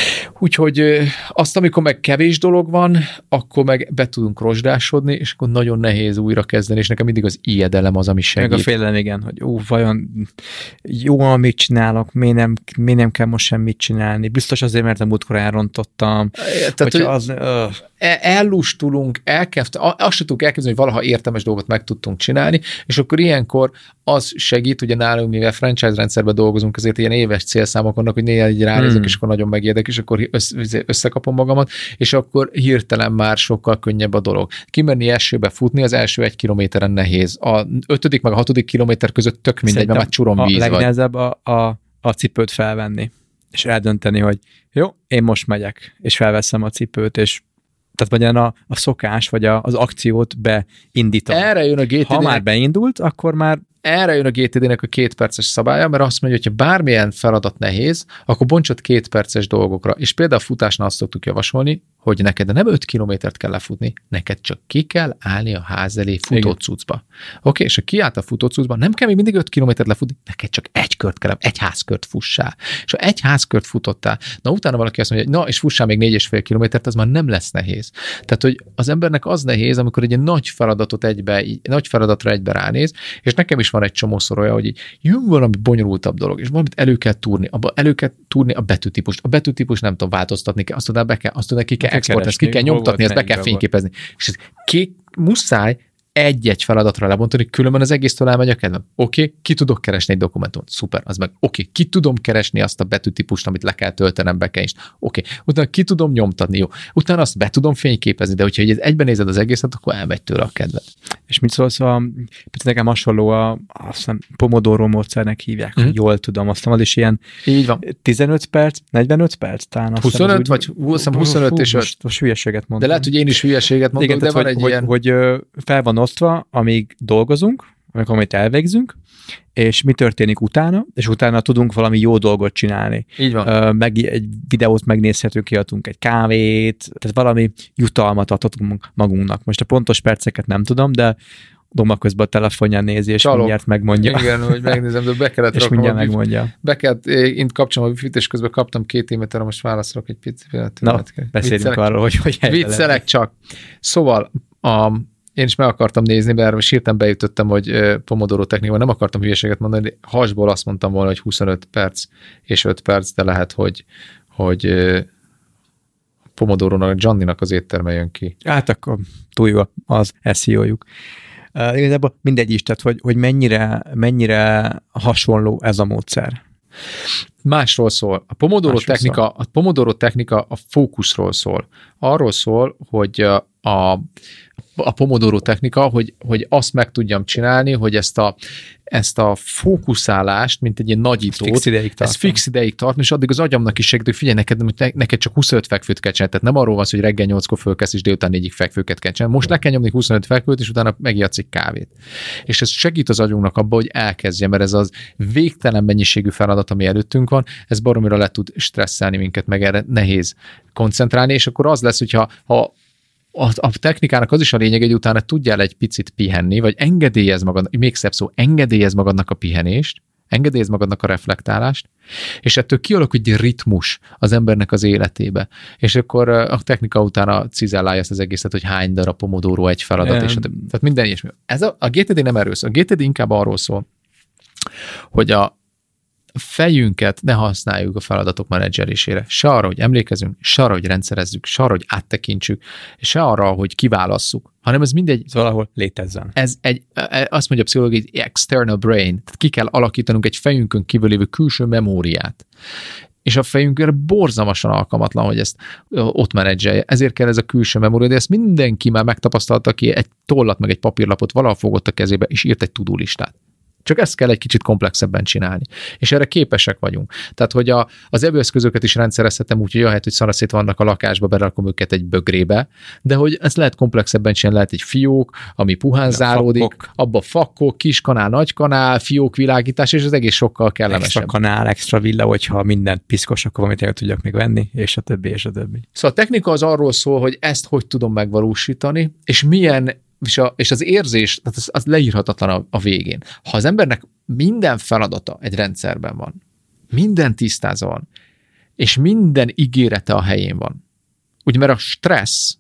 Úgyhogy azt, amikor meg kevés dolog van, akkor meg be tudunk rozsdásodni, és akkor nagyon nehéz újra kezdeni, és nekem mindig az ijedelem az, ami segít. Meg a félelem, igen, hogy ó, vajon jó, amit csinálok, miért nem, miért nem kell most semmit csinálni? Biztos azért, mert a múltkor elrontottam. Tehát, hogy az, uh... ellustulunk, elkezd, azt sem tudunk elkezdeni, hogy valaha értelmes dolgot meg tudtunk csinálni, és akkor ilyenkor az segít, ugye nálunk, mivel franchise rendszerben dolgozunk, azért ilyen éves célszámok vannak, hogy néha így ránézek, hmm. és akkor nagyon megérdek, és akkor össze, összekapom magamat, és akkor hirtelen már sokkal könnyebb a dolog. Kimenni esőbe futni, az első egy kilométeren nehéz. A ötödik meg a hatodik kilométer között tök mindegy, mert már csurom víz vagy. A legnehezebb a, a, a cipőt felvenni, és eldönteni, hogy jó, én most megyek, és felveszem a cipőt, és tehát vagy a, a szokás, vagy a, az akciót beindítom. Erre jön a gé té dé. Ha már beindult, akkor már Erre jön a gé té dé-nek a két perces szabálya, mert azt mondja, hogy ha bármilyen feladat nehéz, akkor bontsod két perces dolgokra. És például a futásnál azt szoktuk javasolni, hogy neked nem öt kilométert kell lefutni, neked csak ki kell állni a ház elé futócucba. Oké, okay, és ha kiállt a futócucba, nem kell még mindig öt kilométert lefutni, neked csak egy kört kell, egy házkört fussál. És ha egy házkört futottál, na utána valaki azt mondja, hogy na, és fussál még négy és fél kilométert, az már nem lesz nehéz. Tehát, hogy az embernek az nehéz, amikor egy nagy feladatot egybe, egy nagy feladatra egybe ránéz, és nekem is van egy csomószor olyan, hogy így jön valami bonyolultabb dolog, és valamit elő kell túrni, abba elő kell túrni a betűtípust. A betűtípust nem tudom változtatni kell, azt tudná be kell, azt tudná ki kell exportálni, ezt ki kell nyomtatni, ezt be kell fényképezni. És ez ki, muszáj egy-egy feladatra lebontani, különben az egésztől elmegy a kedvem. Oké, okay, ki tudok keresni egy dokumentumot? Szuper, az meg oké, okay, ki tudom keresni azt a betűtípust, amit le kell töltenem, be kell is. Oké, okay. Utána ki tudom nyomtatni, jó. Utána azt be tudom fényképezni, de hogyha egyben nézed az egészet, akkor elmegy tőle a kedved. És mit szólsz, a, nekem hasonló a, azt hiszem, Pomodoro módszernek hívják, mm. hogy jól tudom, azt hiszem, az is ilyen így van. tizenöt perc, negyvenöt perc, talán azt huszonöt, úgy, vagy huszonöt és öt. Most, most hülyeséget mondtam. De lehet, hogy én is hülyeséget mondom, igen, de van hogy, egy hogy, ilyen... Hogy, hogy fel van osztva, amíg dolgozunk, amikor amit elvégzünk, és mi történik utána, és utána tudunk valami jó dolgot csinálni. Így van. Meg egy videót megnézhetünk, kiadunk egy kávét, tehát valami jutalmat adhatunk magunknak. Most a pontos perceket nem tudom, de Doma közben a telefonján nézi, és Csalok. mindjárt megmondja. Igen, hogy megnézem, de be kellett és raknom. mindjárt megmondja. Be kellett, én kapcsolom a wifi-t, és közben kaptam két e-mailt, most válaszolok egy picit. Na, beszéljünk arról, hogy hogy viccelek csak. Szóval a én is meg akartam nézni, mert most hirtelen bejutottam, hogy Pomodoro technika, nem akartam hülyeséget mondani, de hasból azt mondtam volna, hogy huszonöt perc és öt perc, de lehet, hogy, hogy Pomodorónak, Gianninak az étterme jön ki. Hát akkor túl jó az es e o-juk. Uh, igazából mindegy is, tehát hogy, hogy mennyire, mennyire hasonló ez a módszer. Másról szól. A Pomodoro Másról technika, szól. a Pomodoro technika a fókuszról szól. Arról szól, hogy a, a Pomodoro technika, hogy, hogy azt meg tudjam csinálni, hogy ezt a, ezt a fókuszálást, mint egy ilyen nagyítót, fix ideig ez fix ideig tart, és addig az agyamnak is segít, hogy figyelj, neked, neked csak huszonöt fekvőt kell csinálni. Tehát nem arról van szó, hogy reggel nyolckor fölkezd, és délután négyig fekvőket kell csinálni. Most le kell nyomni huszonöt fekvőt, és utána megijedsz egy kávét. És ez segít az agyunknak abba, hogy elkezdje, mert ez az végtelen mennyiségű feladat, ami előttünk van, ez baromira le tud stresszelni minket, meg erre nehéz koncentrálni, és akkor az lesz, hogyha ha A, a technikának az is a lényeg, hogy utána tudjál egy picit pihenni, vagy engedélyez magadnak, még szebb szó, engedélyez magadnak a pihenést, engedélyez magadnak a reflektálást, és ettől kialakul egy ritmus az embernek az életébe. És akkor a technika utána cizellálja ezt az egészet, hogy hány darab Pomodoro egy feladat, um. és a, tehát minden ilyesmi. Ez a, a gé té dé nem erről szól. A gé té dé inkább arról szól, hogy a fejünket ne használjuk a feladatok menedzselésére. Se arra, hogy emlékezünk, se arra, hogy rendszerezzük, se arra, hogy áttekintsük, se arra, hogy kiválasszuk, hanem ez mindegy. Ez valahol létezzen. Ez egy, azt mondja a pszichológia, egy external brain, tehát ki kell alakítanunk egy fejünkön kívül lévő külső memóriát. És a fejünkre borzalmasan alkalmatlan, hogy ezt ott menedzselje. Ezért kell ez a külső memória, de ezt mindenki már megtapasztalta, aki egy tollat meg egy papírlapot valahol fogott a kezébe, és írt egy to-do listát. Csak ezt kell egy kicsit komplexebben csinálni. És erre képesek vagyunk. Tehát, hogy a, az evőeszközöket is rendszerezhetem úgy, hogy ahelyett, hogy szaraszét vannak a lakásba, berakom őket egy bögrébe, de hogy ezt lehet komplexebben csinálni, lehet egy fiók, ami puhán záródik, fakkok. Abba fakkok, kis kanál, nagy kanál, fiók világítás, és az egész sokkal kellemesebb. Extra kanál, extra villa, hogyha mindent piszkos, akkor amit el tudjak még venni, és a többi, és a többi. Szóval a technika az arról szól, hogy ezt hogy tudom megvalósítani, és milyen És, a, és az érzés, tehát az, az leírhatatlan a, a végén. Ha az embernek minden feladata egy rendszerben van, minden tisztázva van, és minden ígérete a helyén van, ugye mert a stressz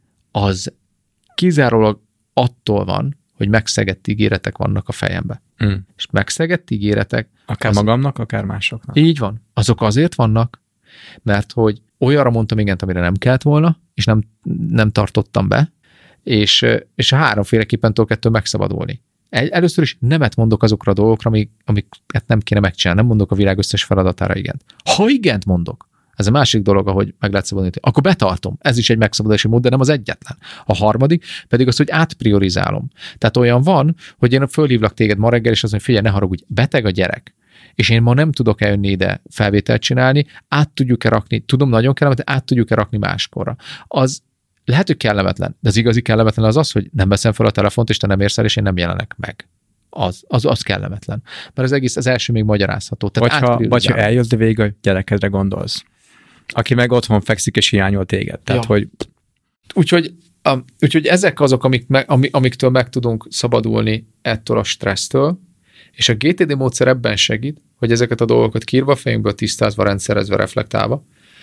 az kizárólag attól van, hogy megszegett ígéretek vannak a fejembe. Mm. És megszegett ígéretek... Akár az, magamnak, akár másoknak. Így van. Azok azért vannak, mert hogy olyanra mondtam igent, amire nem kellett volna, és nem, nem tartottam be, és, és a háromféleképpen tudok ettől megszabadulni. Először is nemet mondok azokra a dolgokra, amik, amiket nem kéne megcsinálni, nem mondok a világ összes feladatára igent. Ha igent mondok, ez a másik dolog, ahogy meg lehet szabadulni, akkor betartom. Ez is egy megszabadulási mód, de nem az egyetlen. A harmadik pedig az, hogy átpriorizálom. Tehát olyan van, hogy én fölhívlak téged ma reggel, és azt mondom, figyelj, ne haragudj, beteg a gyerek, és én ma nem tudok eljönni ide felvételt csinálni, át tudjuk-e rakni, tudom, nagyon kellemetlen, át tudjuk-e rakni máskorra. Az lehet, hogy kellemetlen, de az igazi kellemetlen az az, hogy nem veszem fel a telefont, és te nem érsz el, és én nem jelenek meg. Az, az, az kellemetlen. Mert az egész, az első még magyarázható. Tehát vagy, ha, vagy ha eljössz, de végig a gyerekedre gondolsz. Aki meg otthon fekszik, és hiányol téged. Tehát, ja. hogy... Úgyhogy, um, úgyhogy ezek azok, amik me, amik, amiktől meg tudunk szabadulni ettől a stressztől, és a gé té dé módszer ebben segít, hogy ezeket a dolgokat kiírva, fejünkből tisztázva, rendszerezve, reflektálva,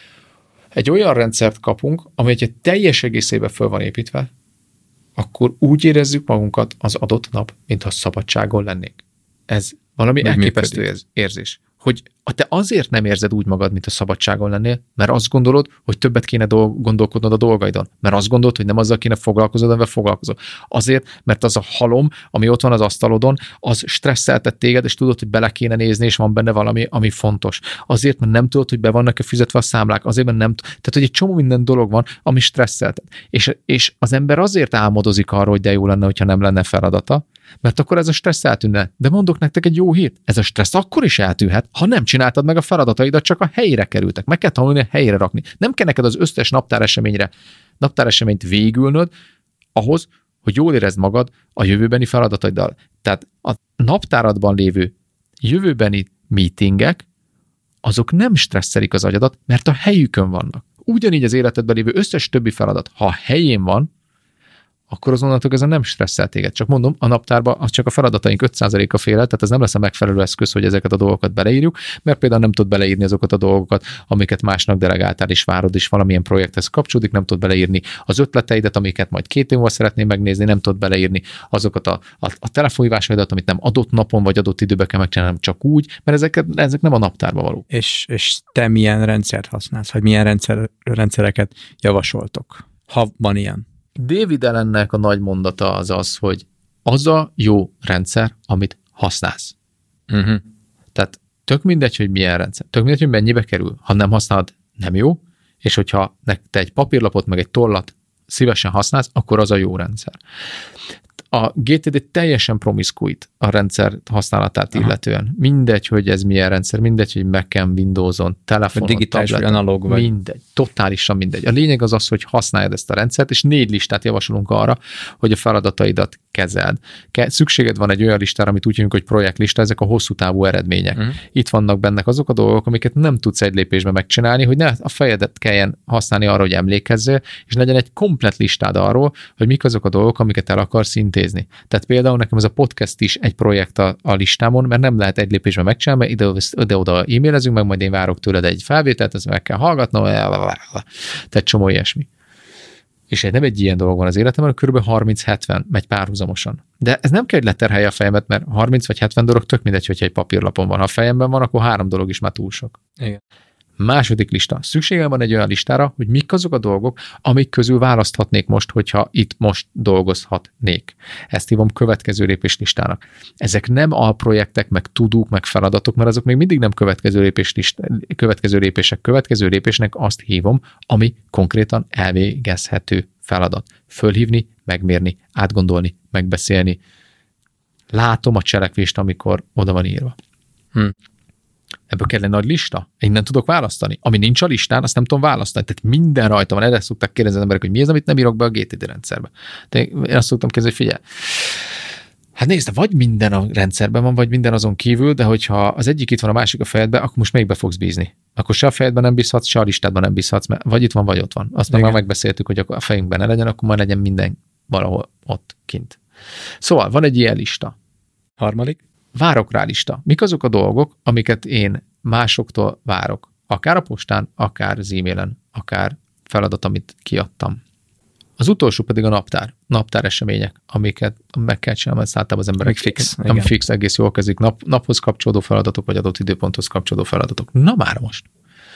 egy olyan rendszert kapunk, ami egy teljes egészében föl van építve, akkor úgy érezzük magunkat az adott nap, mintha szabadságon lennénk. Ez valami úgy elképesztő működik. Érzés. Hogy te azért nem érzed úgy magad, mint a szabadságon lennél, mert azt gondolod, hogy többet kéne dolg- gondolkodnod a dolgaidon. Mert azt gondolod, hogy nem azzal kéne foglalkozod, amivel foglalkozol. Azért, mert az a halom, ami ott van az asztalodon, az stresszeltet téged, és tudod, hogy bele kéne nézni, és van benne valami, ami fontos. Azért, mert nem tudod, hogy be vannak-e fizetve a számlák. Azért, mert nem tudod. Tehát, hogy egy csomó minden dolog van, ami stresszeltet. És, és az ember azért álmodozik arról, hogy de jó lenne, hogyha nem lenne feladata, mert akkor ez a stressz eltűnne. De mondok nektek egy jó hírt, ez a stressz akkor is eltűnhet, ha nem csináltad meg a feladataidat, csak a helyére kerültek. Meg kell tanulni a helyére rakni. Nem kell neked az összes naptáreseményre, naptáreseményt végülnöd ahhoz, hogy jól érezd magad a jövőbeni feladataiddal. Tehát a naptáradban lévő jövőbeni meetingek, azok nem stresszelik az agyadat, mert a helyükön vannak. Ugyanígy az életedben lévő összes többi feladat, ha a helyén van, akkor azonnantól ezen nem stresszel téged. Csak mondom, a naptárban az csak a feladataink öt százaléka fél el, tehát ez nem lesz a megfelelő eszköz, hogy ezeket a dolgokat beleírjuk, mert például nem tud beleírni azokat a dolgokat, amiket másnak delegáltál és várod, és valamilyen projekthez kapcsolódik, nem tud beleírni az ötleteidet, amiket majd két év múlva szeretném megnézni, nem tud beleírni azokat a, a, a telefonhívásaidat, amit nem adott napon vagy adott időben kell megcsinálni, csak úgy, mert ezek, ezek nem a naptárba való. És, és te milyen rendszert használsz, vagy milyen rendszer, rendszereket javasoltok, ha van ilyen? David Allennek a nagy mondata az az, hogy az a jó rendszer, amit használsz. Uh-huh. Tehát tök mindegy, hogy milyen rendszer. Tök mindegy, hogy mennyibe kerül. Ha nem használod, nem jó, és hogyha te egy papírlapot meg egy tollat szívesen használsz, akkor az a jó rendszer. A gé té dé teljesen promiscuit a rendszer használatát Aha. illetően. Mindegy, hogy ez milyen rendszer, mindegy, hogy Mac-en, Windows-on, telefonon, digitális vagy tableten, analóg vagy. mindegy, totálisan mindegy. A lényeg az az, hogy használd ezt a rendszert, és négy listát javasolunk arra, hogy a feladataidat kezeld. Szükséged van egy olyan listára, amit úgy hívjuk, hogy projektlista, ezek a hosszú távú eredmények. Uh-huh. Itt vannak bennek azok a dolgok, amiket nem tudsz egy lépésben megcsinálni, hogy ne a fejedet kelljen használni arra, hogy emlékezzél, és legyen egy komplett listád arról, hogy mik azok a dolgok, amiket el akarsz intézni. Tehát például nekem ez a podcast is egy projekt a, a listámon, mert nem lehet egy lépésben megcsinálni, mert ide-oda e-mailezünk, meg majd én várok tőled egy felvételt, ezt meg kell hallgatnom, tehát csomó ilyesmi. És nem egy ilyen dolog van az életemben, hanem kb. harminc-hetven megy párhuzamosan. De ez nem kell, hogy leterhelje a fejemet, mert harminc vagy hetven dolog tök mindegy, hogyha egy papírlapon van. Ha a fejemben van, akkor három dolog is már túl sok. Igen. Második lista. Szükségem van egy olyan listára, hogy mik azok a dolgok, amik közül választhatnék most, hogyha itt most dolgozhatnék. Ezt hívom következő lépés listának. Ezek nem alprojektek, meg tudók, meg feladatok, mert azok még mindig nem következő, lépés lista, következő lépések. Következő lépésnek azt hívom, ami konkrétan elvégezhető feladat. Fölhívni, megmérni, átgondolni, megbeszélni. Látom a cselekvést, amikor oda van írva. Hm. Ebből kell egy nagy lista. Én nem tudok választani. Ami nincs a listán, azt nem tudom választani. Tehát minden rajta van. Erre szokták kérdezni az emberek, hogy mi az, amit nem írok be a gé té dé rendszerbe. De én azt szoktam kérdezni, hogy figyelj, hát nézd, vagy minden a rendszerben van, vagy minden azon kívül, de hogyha az egyik itt van, a másik a fejedben, akkor most melyikbe fogsz bízni? Akkor se a fejedben nem bízhatsz, se a listádban nem bízhatsz, mert vagy itt van, vagy ott van. Azt meg már megbeszéltük, hogy a fejünkben ne legyen, akkor már legyen minden valahol ott kint. Szóval van egy ilyen lista. Harmadik. Várok rá lista. Mik azok a dolgok, amiket én másoktól várok? Akár a postán, akár az e-mailen, akár feladat, amit kiadtam. Az utolsó pedig a naptár. Naptár események, amiket meg kell csinálni, ezt általában az emberek fix, ami fix, egész jól kezdik. Nap, naphoz kapcsolódó feladatok, vagy adott időponthoz kapcsolódó feladatok. Na már most.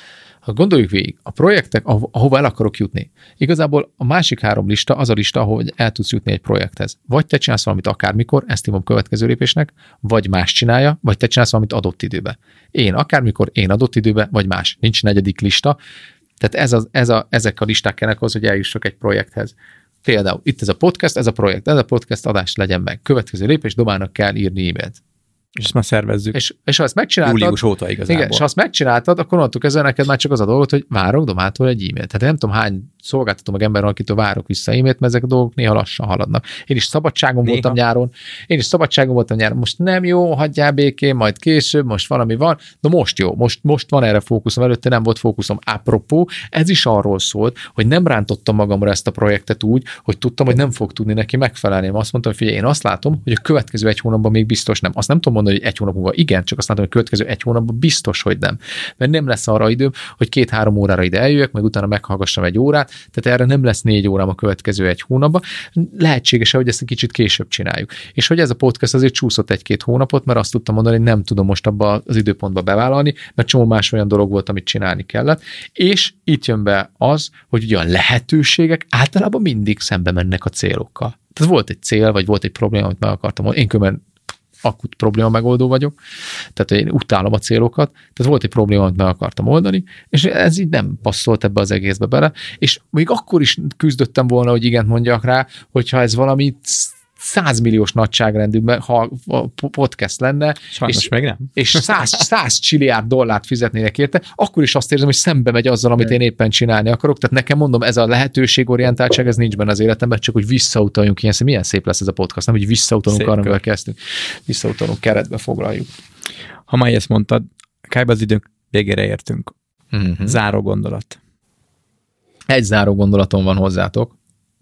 Ha gondoljuk végig, a projektek, ahova el akarok jutni. Igazából a másik három lista az a lista, ahol el tudsz jutni egy projekthez. Vagy te csinálsz valamit akármikor, ezt hívom következő lépésnek, vagy más csinálja, vagy te csinálsz valamit adott időbe. Én akármikor, én adott időbe, vagy más. Nincs negyedik lista. Tehát ez a, ez a, ezek a listák kellnek ahhoz, hogy eljussak egy projekthez. Például itt ez a podcast, ez a projekt, ez a podcast adás legyen meg. Következő lépés, Domának kell írni e-mailt. És ezt már szervezzük. És, és ha ezt megcsináltad, július óta igazából. Igen, és ha azt megcsináltad, akkor onnantól kezdve neked már csak az a dolgot, hogy várok Domától egy e-mailt. Tehát nem tudom, hány szolgáltató meg ember, akitől várok vissza e-mailt, mert ezek a dolgok néha lassan haladnak. Én is szabadságon néha. voltam nyáron, én is szabadságon voltam nyáron, most nem jó, hagyjál békén, majd később, most valami van, de most jó, most, most van erre fókuszom, előtte nem volt fókuszom. Apropó, ez is arról szólt, hogy nem rántottam magamra ezt a projektet úgy, hogy tudtam, hogy nem fog tudni neki megfelelni. Én azt mondtam, hogy figyelj, én azt látom, hogy a következő egy hónapban még biztos nem. Azt nem tudom mondani, hogy egy hónap múlva igen, csak azt látom, hogy a következő egy hónapban biztos, hogy nem. Mert nem lesz arra időm, hogy két-három órára ide eljöjjek, meg utána meghallgassam egy órát, tehát erre nem lesz négy órám a következő egy hónapban. Lehetséges, hogy ezt egy kicsit később csináljuk. És hogy ez a podcast azért csúszott egy-két hónapot, mert azt tudtam mondani, hogy nem tudom most abba az időpontba bevállalni, mert csomó más olyan dolog volt, amit csinálni kellett. És itt jön be az, hogy ugye a lehetőségek általában mindig szembe mennek a célokkal. Tehát volt egy cél, vagy volt egy probléma, amit meg akartam mondani. Én különben akut probléma megoldó vagyok, tehát én utálom a célokat, tehát volt egy probléma, amit meg akartam oldani, és ez így nem passzolt ebbe az egészbe bele, és még akkor is küzdöttem volna, hogy igent mondjak rá, hogyha ez valami százmilliós nagyságrendűben, ha a podcast lenne, Sajnos és, meg nem. és száz, száz csilliárd dollárt fizetnének érte, akkor is azt érzem, hogy szembe megy azzal, amit én éppen csinálni akarok. Tehát nekem mondom, ez a lehetőségorientáltság, ez nincs benne az életemben, csak hogy visszautaljunk ilyen, milyen szép lesz ez a podcast, nem, hogy visszautalunk arra, amivel kezdtünk. Visszautalunk, keretbe foglaljuk. Ha már ezt mondtad, kb. Az időnk végére értünk. Uh-huh. Záró gondolat. Egy záró gondolatom van hozzátok.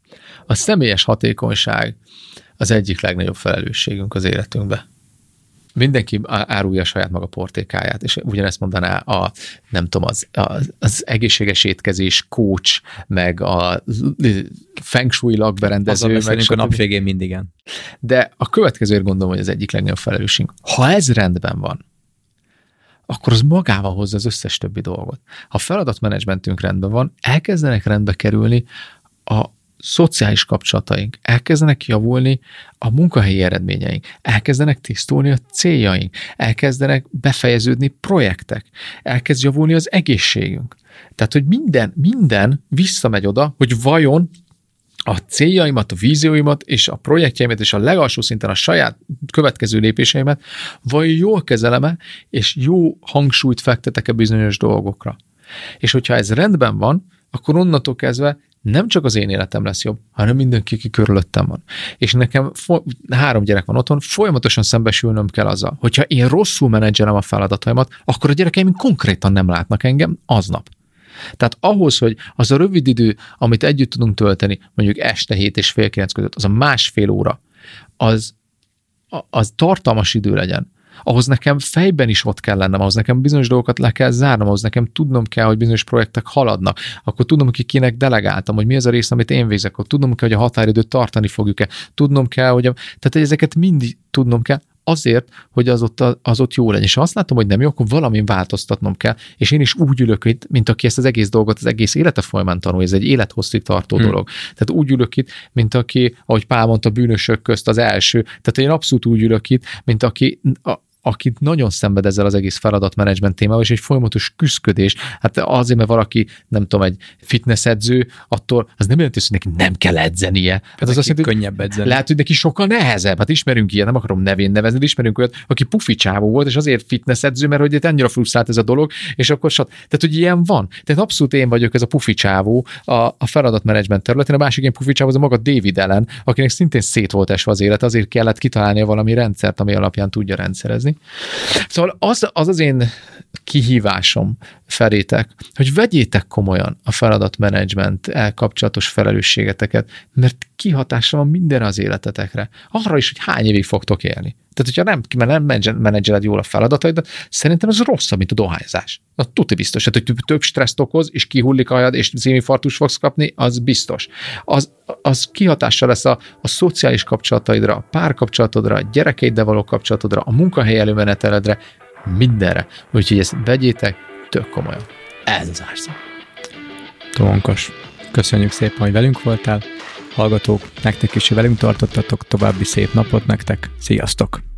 A személyes hatékonyság az egyik legnagyobb felelősségünk az életünkbe. Mindenki árulja saját maga portékáját, és ugyanezt mondaná a, nem tudom, az, az, az egészséges étkezés coach, meg a feng shui lakberendező. Azon beszélünk a nap végén mindigen. De a következőért gondolom, hogy az egyik legnagyobb felelősségünk. Ha ez rendben van, akkor az magával hozza az összes többi dolgot. Ha a feladatmenedzsmentünk rendben van, elkezdenek rendbe kerülni a szociális kapcsolataink, elkezdenek javulni a munkahelyi eredményeink, elkezdenek tisztulni a céljaink, elkezdenek befejeződni projektek, elkezd javulni az egészségünk. Tehát, hogy minden, minden visszamegy oda, hogy vajon a céljaimat, a vízióimat és a projektjeimet és a legalsó szinten a saját következő lépéseimet vajon jól kezelem-e, és jó hangsúlyt fektetek-e bizonyos dolgokra. És hogyha ez rendben van, akkor onnantól kezdve nem csak az én életem lesz jobb, hanem mindenki, aki körülöttem van. És nekem fo- három gyerek van otthon, folyamatosan szembesülnöm kell azzal, hogyha én rosszul menedzselem a feladataimat, akkor a gyerekeim konkrétan nem látnak engem aznap. Tehát ahhoz, hogy az a rövid idő, amit együtt tudunk tölteni, mondjuk este hét és fél kilenc között, az a másfél óra, az, az tartalmas idő legyen. Ahhoz nekem fejben is ott kell lennem, ahhoz nekem bizonyos dolgokat le kell zárnom, ahhoz nekem tudnom kell, hogy bizonyos projektek haladnak, akkor tudnom, hogy kinek delegáltam, hogy mi az a rész, amit én végzek, akkor tudnom kell, hogy a határidőt tartani fogjuk-e, tudnom kell, hogy a, tehát hogy ezeket mind tudnom kell, azért, hogy az ott, az ott jó legyen. És ha azt látom, hogy nem jó, akkor valamin változtatnom kell, és én is úgy ülök itt, mint aki ezt az egész dolgot az egész élete folyamán tanul, ez egy élethosszig tartó hmm. dolog. Tehát úgy ülök itt, mint aki, ahogy Pál mondta, bűnösök közt az első, tehát én abszolút úgy ülök itt, mint aki a, aki nagyon szenved ezzel az egész feladatmenedzsment témával, és egy folyamatos küszködés. Hát azért, mert valaki, nem tudom, egy fitness edző, attól az nem jelenti, hogy neki nem kell edzenie. Hát az azt jelenti, könnyebb edzeni. Lehet, hogy neki sokkal nehezebb. Hát ismerünk ilyet, nem akarom nevén nevezni, de ismerünk olyat, aki pufi csávó volt, és azért fitness edző, mert hogy itt annyira frusztrált ez a dolog, és akkor sat. Tehát, hogy ilyen van. Tehát abszolút én vagyok ez a pufi csávó a, a feladatmenedzsment területén. A másik ilyen pufi csávó az a maga David Allen, akinek szintén szét volt esve az élet, azért kellett kitalálnia valami rendszert, ami alapján tudja rendszerezni. Szóval az, az az én kihívásom felétek, hogy vegyétek komolyan a feladatmenedzsmenttel kapcsolatos felelősségeteket, mert kihatása van mindenre az életetekre. Arra is, hogy hány évig fogtok élni. Tehát, hogyha nem, nem menedzseled jól a feladataidat, szerintem ez rosszabb, mint a dohányzás. Na, tuti biztos. Tehát, hogy több stresszt okoz, és kihullik a hajad, és szívinfarktus fogsz kapni, az biztos. Az, az kihatással lesz a, a szociális kapcsolataidra, a párkapcsolatodra, a gyerekeiddel való kapcsolatodra, a munkahely előmeneteledre, mindenre. Úgyhogy ezt vegyétek tök komolyan. Ez az árszó. Tónkos. Köszönjük szépen, hogy velünk voltál. Hallgatók, nektek is velünk tartottatok, további szép napot nektek. Sziasztok!